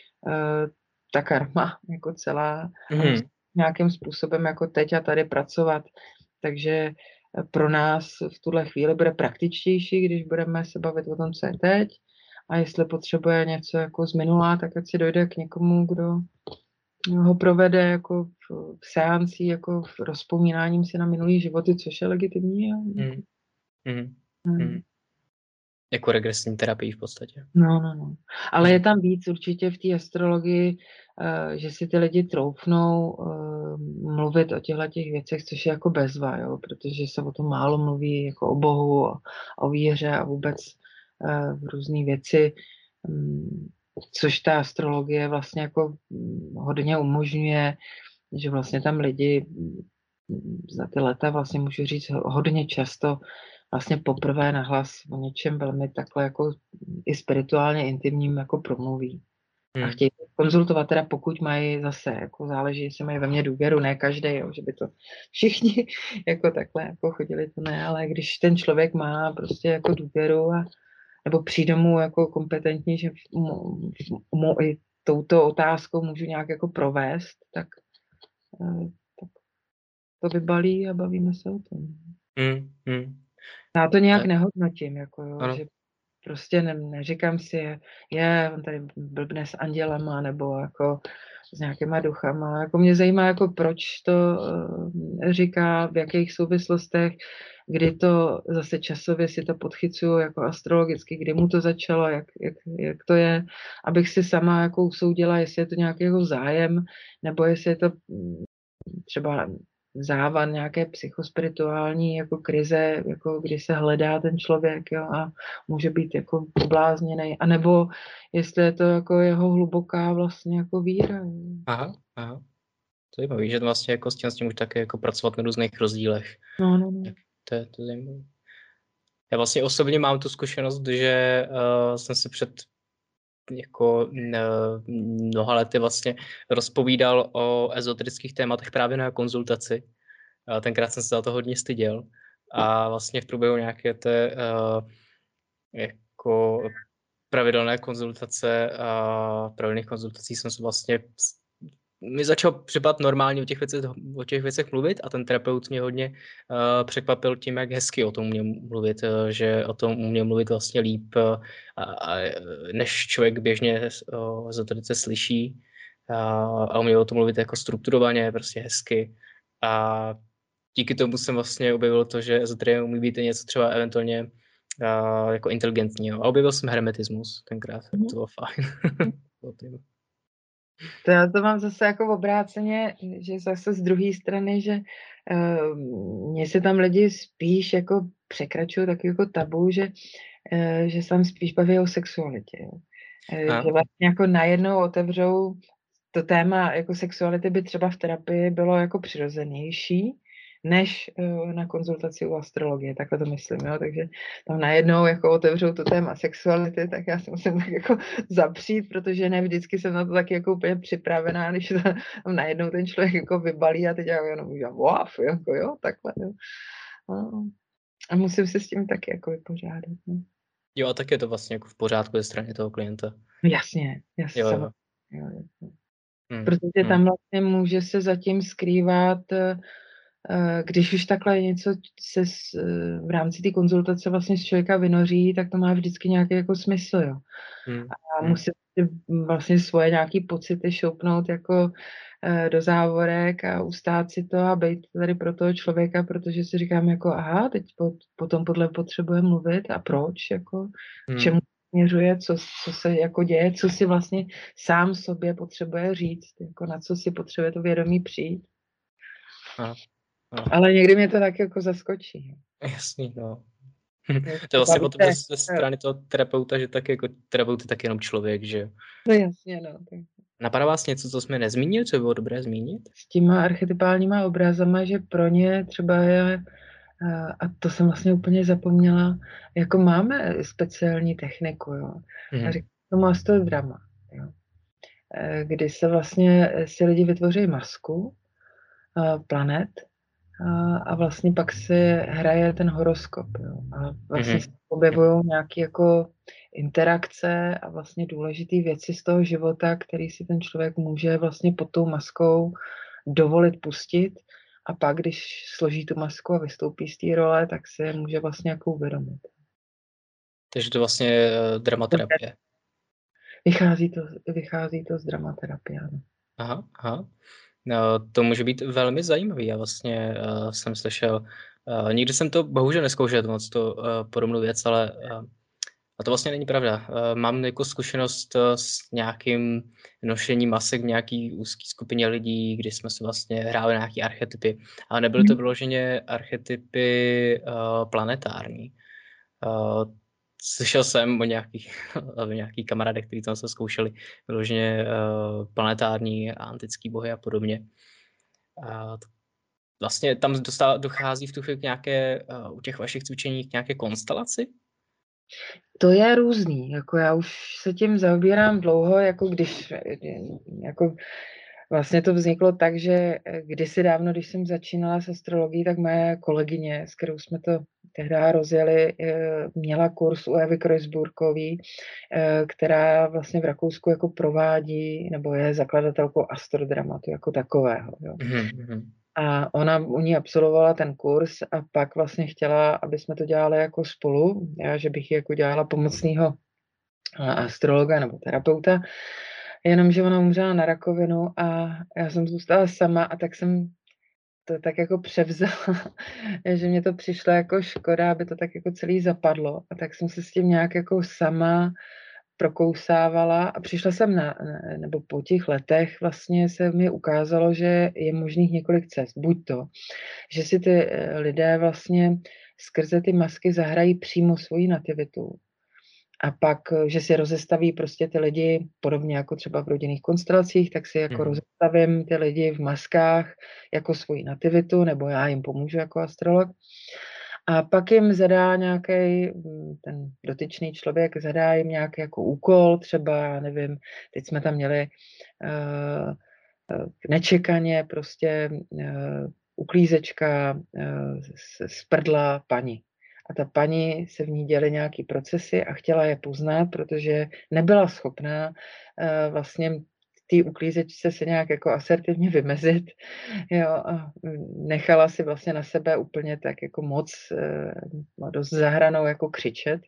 ta karma jako celá a musí nějakým způsobem jako teď a tady pracovat. Takže pro nás v tuhle chvíli bude praktičtější, když budeme se bavit o tom, co je teď. A jestli potřebuje něco jako z minula, tak ať si dojde k někomu, kdo ho provede jako v seancí, jako v rozpomínáním si na minulý životy, což je legitimní. Jako, Jako regresní terapii v podstatě. No. Ale je tam víc určitě v té astrologii, že si ty lidi troufnou mluvit o těch věcech, což je jako bezva, jo, protože se o tom málo mluví, jako o Bohu, o víře a vůbec v různé věci, což ta astrologie vlastně jako hodně umožňuje, že vlastně tam lidi za ty leta vlastně můžu říct hodně často vlastně poprvé nahlas o něčem velmi takhle jako i spirituálně intimním jako promluví. A chtějí konzultovat teda, pokud mají zase, jako záleží, jestli mají ve mně důvěru, ne každý, jo, že by to všichni jako takhle jako chodili, to ne, ale když ten člověk má prostě jako důvěru nebo přijde mu jako kompetentní, že mu i touto otázkou můžu nějak jako provést, tak to vybalí a bavíme se o tom. Já to nějak nehodnotím, jako jo, že prostě neříkám si, on tady blbne s andělama, nebo jako s nějakýma duchama. Jako mě zajímá, jako proč to říká, v jakých souvislostech, kdy to zase časově si to podchycuju jako astrologicky, kdy mu to začalo, jak to je, abych si sama jako usoudila, jestli je to nějaký jako zájem, nebo jestli je to třeba závan nějaké psychospirituální jako krize, jako kdy se hledá ten člověk, jo, a může být jako poblázněnej, anebo jestli je to jako jeho hluboká vlastně jako víra. Aha. To je zajímavé, že vlastně jako s tím můžu také jako pracovat na různých rozdílech. No. To je zajímavé. Já vlastně osobně mám tu zkušenost, že jsem se před jako mnoha lety vlastně rozpovídal o ezoterických tématech právě na konzultaci. Tenkrát jsem se za to hodně styděl a vlastně v průběhu nějaké té jako pravidelných konzultací jsem se vlastně mi začal připadat normálně o těch věcech mluvit a ten terapeut mě hodně překvapil tím, jak hezky o tom uměl mluvit, že o tom uměl mluvit vlastně líp, než člověk běžně o ezoterice slyší, a uměl o tom mluvit jako strukturovaně, prostě hezky. A díky tomu jsem vlastně objevil to, že ezoterie umí být něco třeba eventuálně jako inteligentní. A objevil jsem hermetismus tenkrát, tak to bylo fajn. To já to mám zase jako obráceně, že zase z druhé strany, že mně se tam lidi spíš jako překračují taky jako tabu, že se tam spíš baví o sexualitě. Jo. Že vlastně jako najednou otevřou to téma jako sexuality by třeba v terapii bylo jako přirozenější, než na konzultaci u astrologie, takhle to myslím, jo, takže tam najednou jako otevřou to téma sexuality, tak já se musím tak jako zapřít, protože ne vždycky jsem na to taky jako úplně připravená, když tam najednou ten člověk jako vybalí a teď já jenom udělám wow, jako jo, takhle, jo. A musím se s tím taky jako vypořádat, no. Jo, a tak je to vlastně jako v pořádku ze strany toho klienta. Jasně, Jo. Protože tam vlastně může se zatím skrývat, když už takhle něco se v rámci té konzultace vlastně z člověka vynoří, tak to má vždycky nějaký jako smysl, jo. A musí vlastně svoje nějaký pocity šoupnout jako do závorek a ustát si to a být tady pro toho člověka, protože si říkám jako aha, teď potom podle potřebuje mluvit a proč, jako k čemu směřuje, co se jako děje, co si vlastně sám sobě potřebuje říct, jako na co si potřebuje to vědomí přijít. Ale někdy mě to tak jako zaskočí. Jasný, no. To je vlastně potom ze strany toho terapeuta, že tak jako terapeut je tak jenom člověk, že? No jasně, no. Napadá vás něco, co jsme nezmínili, co by bylo dobré zmínit? S těma archetypálníma obrazama, že pro ně třeba je, a to jsem vlastně úplně zapomněla, jako máme speciální techniku, jo. A říkám tomu astrodrama, jo. Kdy se vlastně si lidi vytvoří masku planet a vlastně pak se hraje ten horoskop, jo. A vlastně se objevují nějaké jako interakce a vlastně důležité věci z toho života, který si ten člověk může vlastně pod tou maskou dovolit pustit a pak, když složí tu masku a vystoupí z té role, tak si je může vlastně jako uvědomit. Takže to vlastně je dramaterapie. Vychází to z dramaterapie, ano. Aha, aha. No, to může být velmi zajímavý. Já vlastně jsem slyšel, nikdy jsem to bohužel neskoušel moc podobnou věc, ale a to vlastně není pravda. Mám jako zkušenost s nějakým nošením masek v nějaký úzký skupině lidí, kdy jsme si vlastně hráli na nějaký archetypy, ale nebyly to vyloženě archetypy planetární. Slyšel jsem o nějaký kamarádech, kteří tam se zkoušeli vyloženě planetární a antický bohy a podobně. Vlastně tam dochází v tu chvíli k nějaké, u těch vašich cvičení k nějaké konstelaci? To je různý, jako já už se tím zaobírám dlouho, jako vlastně to vzniklo tak, že kdysi dávno, když jsem začínala s astrologií, tak moje kolegyně, s kterou jsme to tehdy rozjeli, měla kurz u Evy Kreuzburgový, která vlastně v Rakousku jako provádí, nebo je zakladatelkou astrodramatu jako takového. Jo. Mm-hmm. A ona u ní absolvovala ten kurz a pak vlastně chtěla, aby jsme to dělali jako spolu, že bych ji jako dělala pomocného astrologa nebo terapeuta, jenomže ona umřela na rakovinu a já jsem zůstala sama a tak jsem to tak jako převzala, že mě to přišlo jako škoda, aby to tak jako celý zapadlo a tak jsem se s tím nějak jako sama prokousávala a přišla jsem nebo po těch letech vlastně se mi ukázalo, že je možných několik cest. Buď to, že si ty lidé vlastně skrze ty masky zahrají přímo svoji nativitu a pak, že si rozestaví prostě ty lidi, podobně jako třeba v rodinných konstelacích, tak si jako rozestavím ty lidi v maskách jako svoji nativitu, nebo já jim pomůžu jako astrolog. A pak jim zadá nějaký, ten dotyčný člověk zadá jim nějaký jako úkol, třeba, nevím, teď jsme tam měli nečekaně prostě uklízečka z prdla paní. A ta paní se v ní děly nějaký procesy a chtěla je poznat, protože nebyla schopná vlastně té uklízečce se nějak jako asertivně vymezit. Jo, a nechala si vlastně na sebe úplně tak jako moc dost zahranou jako křičet.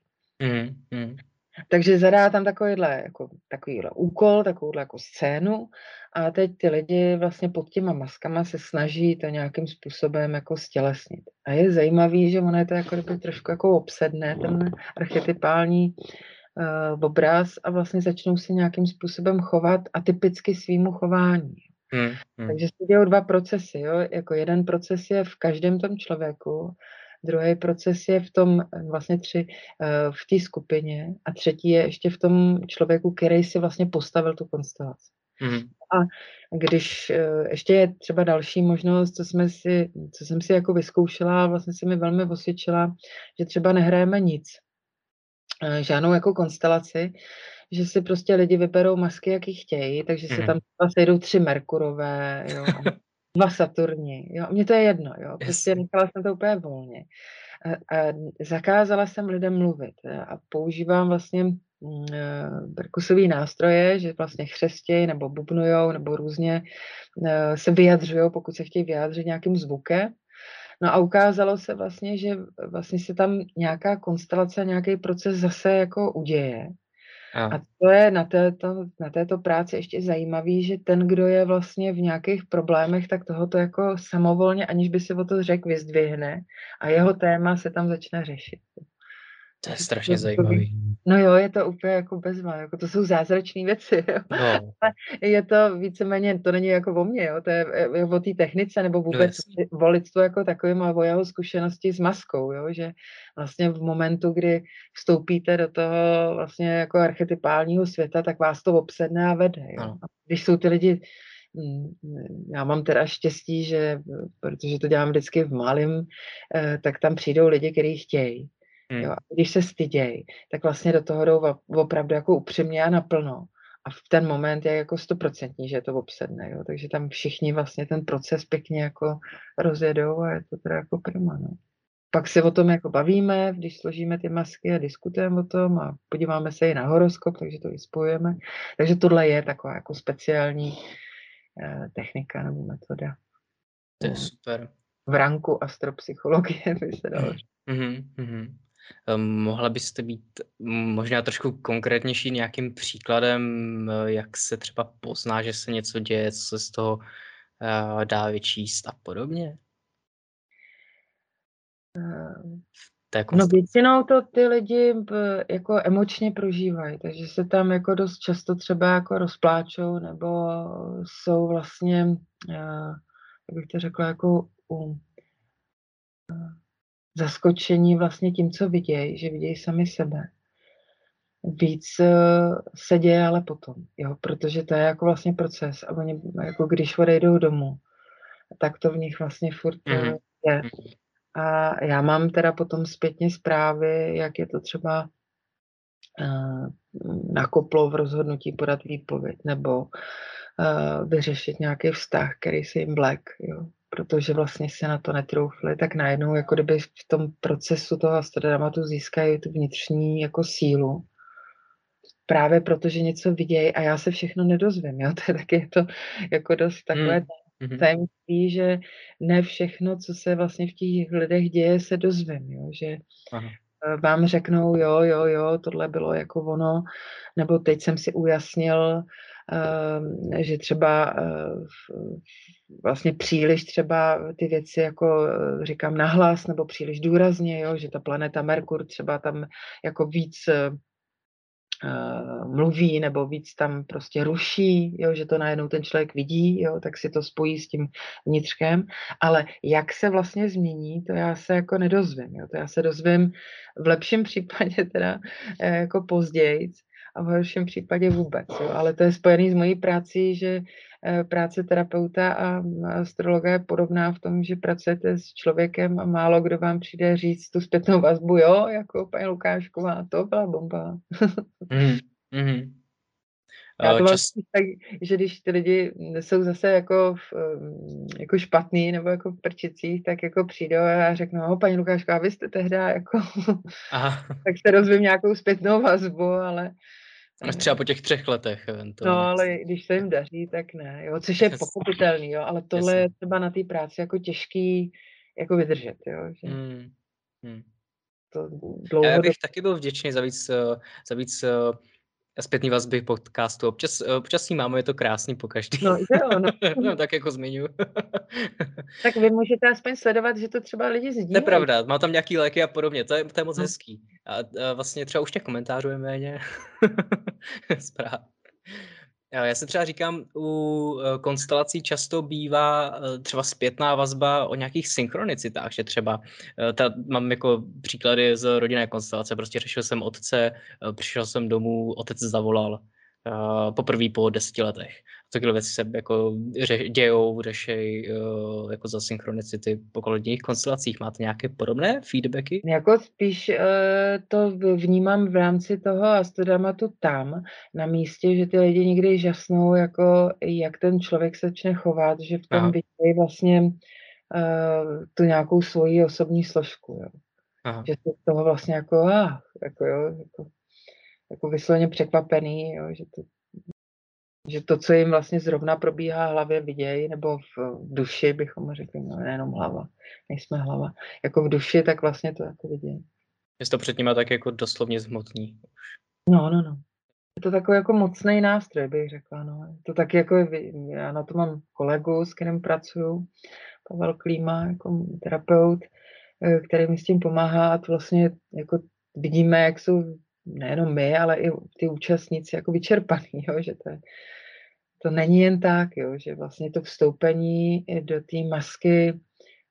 Takže zadá tam takovýhle úkol, takovouhle jako scénu a teď ty lidi vlastně pod těma maskama se snaží to nějakým způsobem jako stělesnit. A je zajímavý, že ono je to jako trošku jako obsedne, ten archetypální obraz a vlastně začnou se nějakým způsobem chovat atypicky svýmu chování. Takže se dějou dva procesy. Jo? Jako jeden proces je v každém tom člověku, druhý proces je v tom vlastně v té skupině a třetí je ještě v tom člověku, který si vlastně postavil tu konstelaci. A když ještě je třeba další možnost, co jsem si jako vyzkoušela, vlastně se mi velmi osvědčila, že třeba nehrajeme nic, žádnou jako konstelaci, že si prostě lidi vyberou masky, jaký chtějí, takže se tam sejdou 3 Merkurové, jo, 2 Saturni, jo, mně to je jedno, jo, prostě nechala jsem to úplně volně. A zakázala jsem lidem mluvit a používám vlastně perkusový nástroje, že vlastně chřestějí nebo bubnujou nebo různě se vyjadřují, pokud se chtějí vyjádřit nějakým zvukem. No a ukázalo se vlastně, že vlastně se tam nějaká konstelace, nějaký proces zase jako uděje. A to je na této práci ještě zajímavý, že ten, kdo je vlastně v nějakých problémech, tak tohoto jako samovolně, aniž by si o to řekl, vyzdvihne a jeho téma se tam začne řešit. To je strašně zajímavý. No jo, je to úplně jako bezva, jako to jsou zázračné věci. Jo. No. Je to víceméně, to není jako o mně, jo, to je o té technice nebo vůbec o lidstvu jako takovým a o jeho zkušenosti s maskou, jo, že vlastně v momentu, kdy vstoupíte do toho vlastně jako archetypálního světa, tak vás to obsedne a vede. Jo. A když jsou ty lidi, já mám teda štěstí, že, protože to dělám vždycky v malém, tak tam přijdou lidi, kteří chtějí. Jo, a když se stydějí, tak vlastně do toho jdou opravdu jako upřímně a naplno. A v ten moment je jako 100%, že to obsedne. Jo? Takže tam všichni vlastně ten proces pěkně jako rozjedou a je to teda jako prima. No. Pak se o tom jako bavíme, když složíme ty masky a diskutujeme o tom a podíváme se i na horoskop, takže to i spojujeme. Takže tohle je taková jako speciální technika nebo metoda. To je super. v ranku astropsychologie, by se dalo říct. Mohla byste být možná trošku konkrétnější nějakým příkladem, jak se třeba pozná, že se něco děje, co se z toho dá vyčíst a podobně? Té No konstelaci. většinou to ty lidi jako emočně prožívají, takže se tam jako dost často třeba jako rozpláčou nebo jsou vlastně, jak bych to řekla, jako zaskočení vlastně tím, co vidějí, že vidějí sami sebe. Víc se děje ale potom, jo, protože to je jako vlastně proces a oni jako když odejdou domů, tak to v nich vlastně furt je. A já mám teda potom zpětně zprávy, jak je to třeba nakoplo v rozhodnutí podat výpověď nebo vyřešit nějaký vztah, který se jim vlek, jo. Protože vlastně se na to netroufli, tak najednou jako kdyby v tom procesu toho astrodramatu získají tu vnitřní jako sílu. Právě protože něco vidějí a já se všechno nedozvím, jo. To je taky to jako dost takové tajemství, že ne všechno, co se vlastně v těch lidech děje, se dozvím, jo. Že vám řeknou, jo, tohle bylo jako ono, nebo teď jsem si ujasnil, že třeba vlastně příliš třeba ty věci jako říkám nahlas nebo příliš důrazně, jo, že ta planeta Merkur třeba tam jako víc mluví nebo víc tam prostě ruší, jo, že to najednou ten člověk vidí, jo, tak si to spojí s tím vnitřkem, ale jak se vlastně změní, to já se jako nedozvím, jo, to já se dozvím v lepším případě teda jako později a v horším případě vůbec, jo, ale to je spojený s mojí prací, že práce terapeuta a astrologa je podobná v tom, že pracujete s člověkem a málo kdo vám přijde říct tu zpětnou vazbu, jo, jako paní Lukášková, to byla bomba. Já to mám tak, že když ty lidi jsou zase jako, jako špatný nebo jako v prčicích, tak jako přijdou a řeknou, no, paní Lukášková, vy jste tehdy jako, tak se dozvím nějakou zpětnou vazbu, ale třeba po těch 3 letech eventuálně. no, ale když se jim daří, tak ne, jo, což je pochopitelný, jo, ale tohle je třeba na té práci jako těžký jako vydržet, jo, že to dlouhodobě. Já bych taky byl vděčný za víc zpětný vazby podcastu. Občas s ní máme, je to krásný pokaždý. No, že jo, no. Tak jako zmiňuji. Tak vy můžete aspoň sledovat, že to třeba lidi sdílejí. To je pravda, má tam nějaký léky a podobně, to je moc hezký. A vlastně třeba už těch komentářů je méně. Zpráv. Já si třeba říkám, u konstelací často bývá třeba zpětná vazba o nějakých synchronicitách, že třeba mám jako příklady z rodinné konstelace, prostě řešil jsem otce, přišel jsem domů, otec zavolal poprvé po 10 letech. Takové věci se jako dějou, řešej jako za synchronicity po kolegyních konstelacích. Máte nějaké podobné feedbacky? Jako spíš to vnímám v rámci toho astrodramatu tam, na místě, že ty lidi někdy žasnou, jako jak ten člověk se začne chovat, že v tom vidí vlastně tu nějakou svoji osobní složku. Jo. Že se z toho vlastně jako vysloveně překvapený, jo, že to, co jim vlastně zrovna probíhá v hlavě, vidějí, nebo v duši bychom řekli, no nejenom hlava, nejsme hlava, jako v duši, tak vlastně to jako vidějí. Je to před nima tak jako doslovně zhmotný. No. Je to takový jako mocný nástroj, bych řekla, no. Je to taky jako, já na to mám kolegu, s kterým pracuju, Pavel Klíma, jako terapeut, který mi s tím pomáhá a to vlastně jako vidíme, jak jsou nejenom my, ale i ty účastníci jako vyčerpaný, jo, že to není jen tak, jo, že vlastně to vstoupení do té masky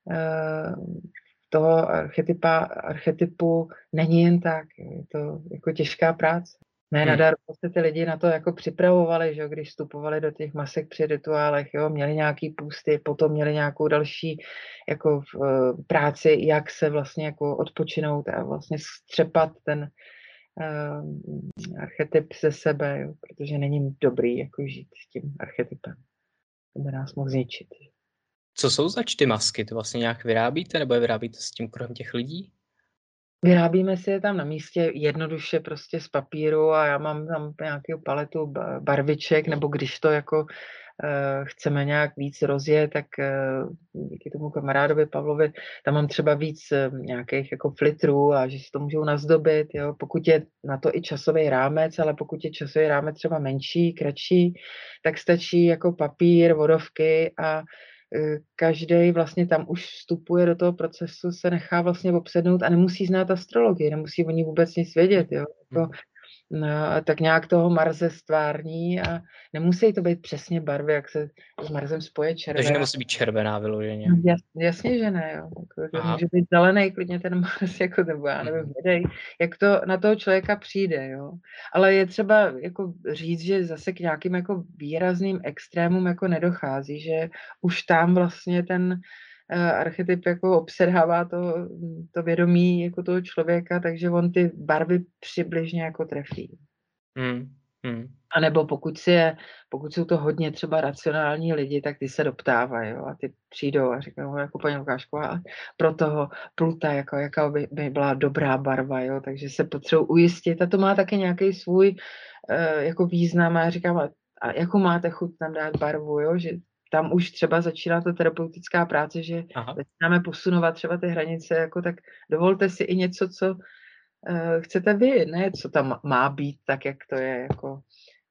toho archetypu není jen tak, jo, je to jako těžká práce. Ne nadarmo se ty lidi na to jako připravovali, že jo, když vstupovali do těch masek při rituálech, jo, měli nějaký půsty, potom měli nějakou další jako práci, jak se vlastně jako odpočinout a vlastně střepat ten archetyp ze sebe, jo, protože není dobrý jako žít s tím archetypem. To by nás mohl zničit. Co jsou zač ty masky? To vlastně nějak vyrábíte, nebo je vyrábíte s tím kruhem těch lidí? Vyrábíme si je tam na místě jednoduše prostě z papíru a já mám tam nějakou paletu barviček, nebo když to jako chceme nějak víc rozjet, tak díky tomu kamarádovi Pavlovi, tam mám třeba víc nějakých jako flitrů a že si to můžou nazdobit, jo, pokud je na to i časový rámec, ale pokud je časový rámec třeba menší, kratší, tak stačí jako papír, vodovky a každý vlastně tam už vstupuje do toho procesu, se nechá vlastně obsednout a nemusí znát astrologii, nemusí o ní vůbec nic vědět, jo. Jako, no, tak nějak toho Marse stvární a nemusí to být přesně barvy, jak se s Marsem spoje Takže červená. nemusí být červená vyloženě. Jasně, že ne, jo. Jako, Aha. může být zelený klidně ten Mars, jako, nebo já nevím, hnědej, jak to na toho člověka přijde, jo. Ale je třeba jako říct, že zase k nějakým jako výrazným extrémům jako nedochází, že už tam vlastně ten archetyp jako obsedhává to vědomí jako toho člověka, takže on ty barvy přibližně jako trefí. A nebo pokud jsou to hodně třeba racionální lidi, tak ty se doptávají, jo, a ty přijdou a říkají, jako paní Lukášková, pro toho Pluta, jako jaká by byla dobrá barva, jo, takže se potřebují ujistit a to má taky nějaký svůj jako význam a já říkám, a jakou máte chuť tam dát barvu, jo, že tam už třeba začíná ta terapeutická práce, že začínáme posunovat třeba ty hranice, jako tak dovolte si i něco, co chcete vy, ne co tam má být, tak jak to je jako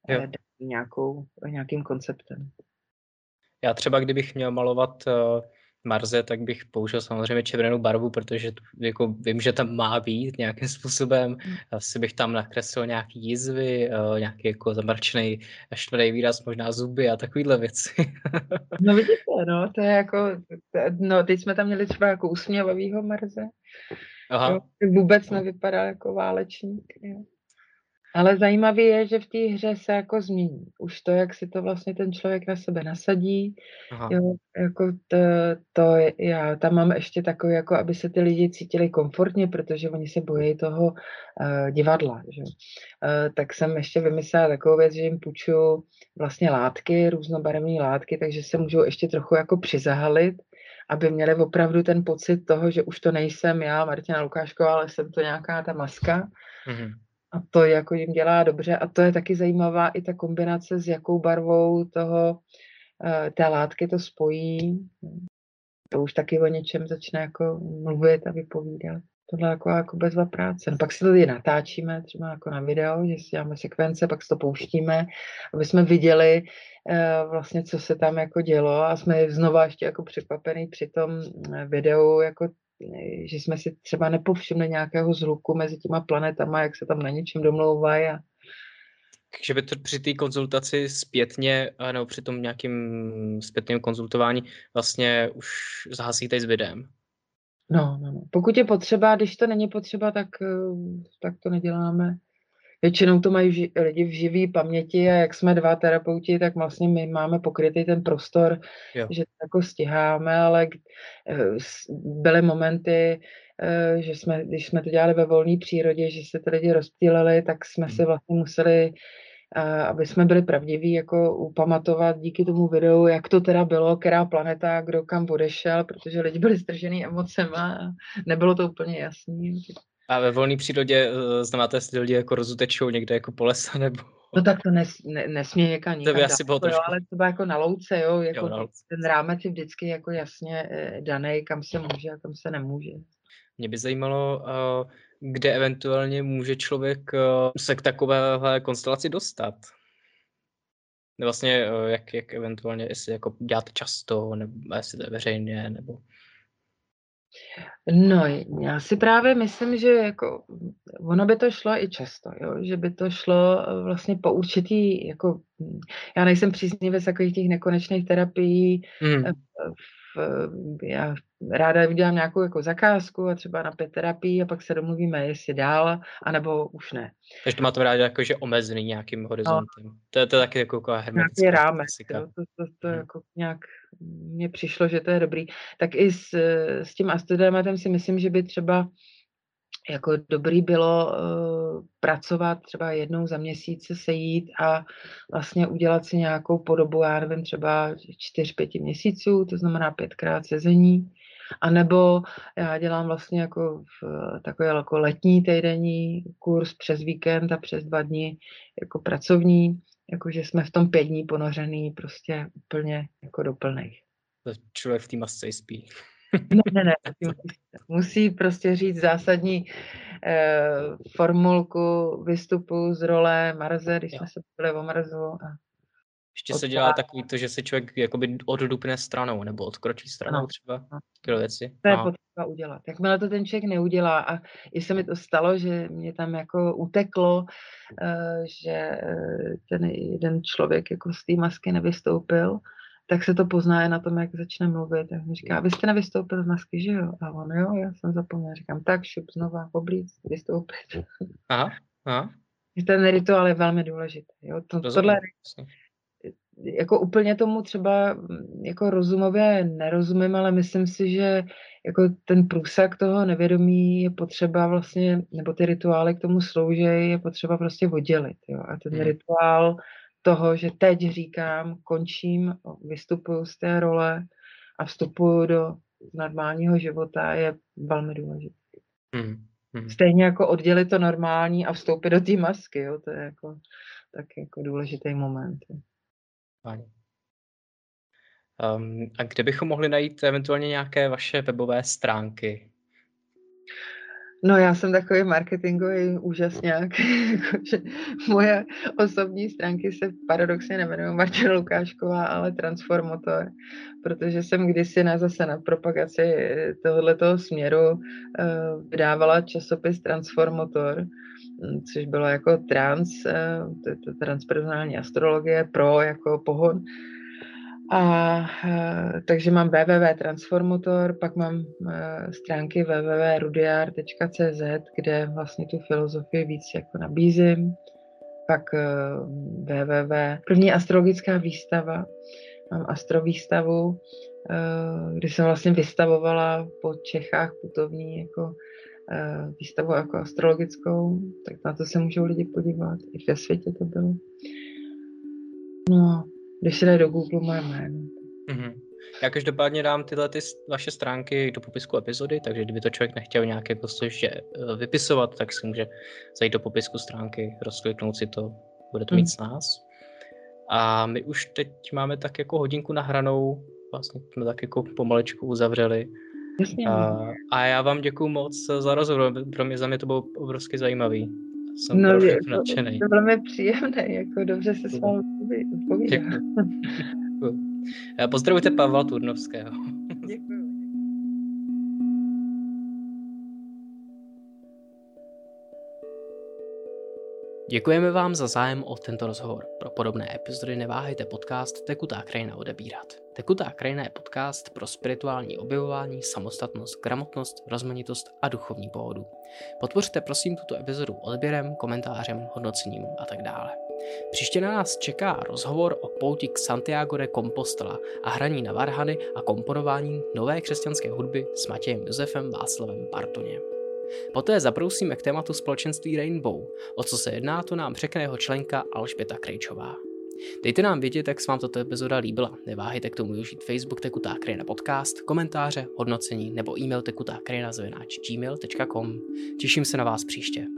nějakým konceptem. Já třeba, kdybych měl malovat Marse, tak bych použil samozřejmě červenou barvu, protože jako vím, že tam má být nějakým způsobem. Asi bych tam nakreslil nějaký jizvy, nějaký jako zamrčený štvrdý výraz, možná zuby a takovýhle věci. No vidíte, no, to je jako, no teď jsme tam měli třeba jako usměvavýho Marse. Jo, vůbec nevypadal jako válečník, jo. Ale zajímavé je, že v té hře se jako změní. Už to, jak si to vlastně ten člověk na sebe nasadí, jo, jako já tam mám ještě takový, jako aby se ty lidi cítili komfortně, protože oni se bojí toho divadla, že? Tak jsem ještě vymyslela takovou věc, že jim půjčuju vlastně látky, různobarevné látky, takže se můžou ještě trochu jako přizahalit, aby měli opravdu ten pocit toho, že už to nejsem já, Martina Lukášková, ale jsem to nějaká ta maska. A to jako jim dělá dobře a to je taky zajímavá i ta kombinace, s jakou barvou té látky to spojí. To už taky o něčem začne jako mluvit a vypovídat. Tohle jako bezva práce. No pak si to tady natáčíme třeba jako na video, že si děláme sekvence, pak si to pouštíme, aby jsme viděli vlastně, co se tam jako dělo a jsme znova ještě jako překvapený při tom videu, jako že jsme si třeba nepovšimli nějakého zhluku mezi těma planetama, jak se tam na něčem domlouvají. Takže by to při té konzultaci zpětně, nebo při tom nějakým zpětném konzultování vlastně už zahasíte s videem. No. Pokud je potřeba, když to není potřeba, tak to neděláme. Většinou to mají lidi v živý paměti a jak jsme dva terapeuti, tak vlastně my máme pokrytý ten prostor, že to jako stiháme, ale byly momenty, že když jsme to dělali ve volné přírodě, že se ty lidi rozptýlili, tak jsme si vlastně museli, aby jsme byli pravdiví, jako upamatovat díky tomu videu, jak to teda bylo, která planeta, kdo kam odešel, protože lidi byli stržený emocema a nebylo to úplně jasný. A ve volné přírodě znáte, jestli lidi jako rozutečou někde jako po lese, nebo... No tak to nesmí někam To by asi bylo trošku... ale třeba jako na louce, jo, jako ten rámec je vždycky jako jasně daný, kam se může a kam se nemůže. Mě by zajímalo, kde eventuálně může člověk se k takovéhle konstelaci dostat. Vlastně, jak eventuálně, jestli jako děláte často, nebo jestli to je veřejně, nebo... No, já si právě myslím, že jako ono by to šlo i často, jo? Že by to šlo vlastně po určitý, jako já nejsem příznivec takových těch nekonečných terapií, já ráda udělám nějakou jako zakázku a třeba na 5 terapií a pak se domluvíme, jestli dál, anebo už ne. Takže to máte ráda jakože omezený nějakým horizontem. No. To je taky jako hermetická nějaký rámec, to jako nějak mně přišlo, že to je dobrý. Tak i s tím astrodématem si myslím, že by třeba jako dobrý bylo pracovat třeba jednou za měsíc se sejít a vlastně udělat si nějakou podobu, já nevím, třeba 4-5 měsíců, to znamená 5krát sezení. A nebo já dělám vlastně jako takový jako letní týdenní kurz přes víkend a přes 2 dny jako pracovní, Jakože jsme v tom 5 dní ponořený prostě úplně jako do plných. Člověk v té masce spí. Ne, musí prostě říct zásadní formulku vystupu z role Marze, když jsme se bavili o Marzu. A ještě se dělá takový to, že se člověk jakoby oddupne stranou, nebo odkročí stranou třeba. Takové věci. To je potřeba udělat. Jakmile to ten člověk neudělá, a i se mi to stalo, že mě tam jako uteklo, že ten jeden člověk jako z té masky nevystoupil, tak se to pozná i na tom, jak začne mluvit. Tak mi říká, vy jste nevystoupil z masky, že jo? A on, jo, já jsem zapomněl. Říkám, tak šup znova, oblíc, vystoupit. Aha. Ten rituál je velmi důležitý. Jo? Tohle jako úplně tomu třeba jako rozumově nerozumím, ale myslím si, že jako ten průsak toho nevědomí je potřeba vlastně, nebo ty rituály k tomu slouží, je potřeba prostě oddělit. Jo? A ten rituál toho, že teď říkám, končím, vystupuju z té role a vstupuju do normálního života, je velmi důležitý. Stejně jako oddělit to normální a vstoupit do té masky, jo? To je jako tak jako důležitý moment. Jo? A kde bychom mohli najít eventuálně nějaké vaše webové stránky? No já jsem takový marketingový úžasňák, že moje osobní stránky se paradoxně nemenují Martina Lukášková, ale Transformator, protože jsem kdysi zase na propagaci tohoto směru vydávala časopis Transformator, což bylo jako transpersonální astrologie pro jako pohon. A takže mám www.transformator, pak mám stránky www.rudiar.cz, kde vlastně tu filozofii víc jako nabízím. Pak první astrologická výstava, mám astrovýstavu, kdy jsem vlastně vystavovala po Čechách putovní jako výstavu jako astrologickou, tak na to se můžou lidi podívat, i ve světě to bylo. No, když se dají do Google moje jméno. Já každopádně dám tyhle vaše stránky do popisku epizody, takže kdyby to člověk nechtěl nějak jako ještě vypisovat, tak si může zajít do popisku stránky, rozkliknout si to, bude to mít s nás. A my už teď máme tak jako hodinku nahranou, vlastně jsme tak jako pomalečku uzavřeli. A já vám děkuju moc za rozhovor, za mě to bylo obrovsky zajímavý. Jsem nadšený. To bylo mi příjemné, jako dobře se s vámi povídá. Pozdravujte Pavla Turnovského. Děkuji. Děkujeme vám za zájem o tento rozhovor. Pro podobné epizody neváhejte podcast Tekutá krajina odebírat. Tekutá krajina je podcast pro spirituální objevování, samostatnost, gramotnost, rozmanitost a duchovní pohodu. Podpořte prosím tuto epizodu odběrem, komentářem, hodnocením a tak dále. Příště na nás čeká rozhovor o pouti k Santiago de Compostela a hraní na varhany a komponování nové křesťanské hudby s Matějem Josefem Václavem Bartoněm. Poté zabrousíme k tématu společenství Rainbow, o co se jedná, to nám řekne jeho členka Alžběta Krejčová. Dejte nám vědět, jak se vám tato epizoda líbila. Neváhejte k tomu využít Facebook Tekutá krajina podcast, komentáře, hodnocení nebo e-mail tekutákrajina@gmail.com. Těším se na vás příště.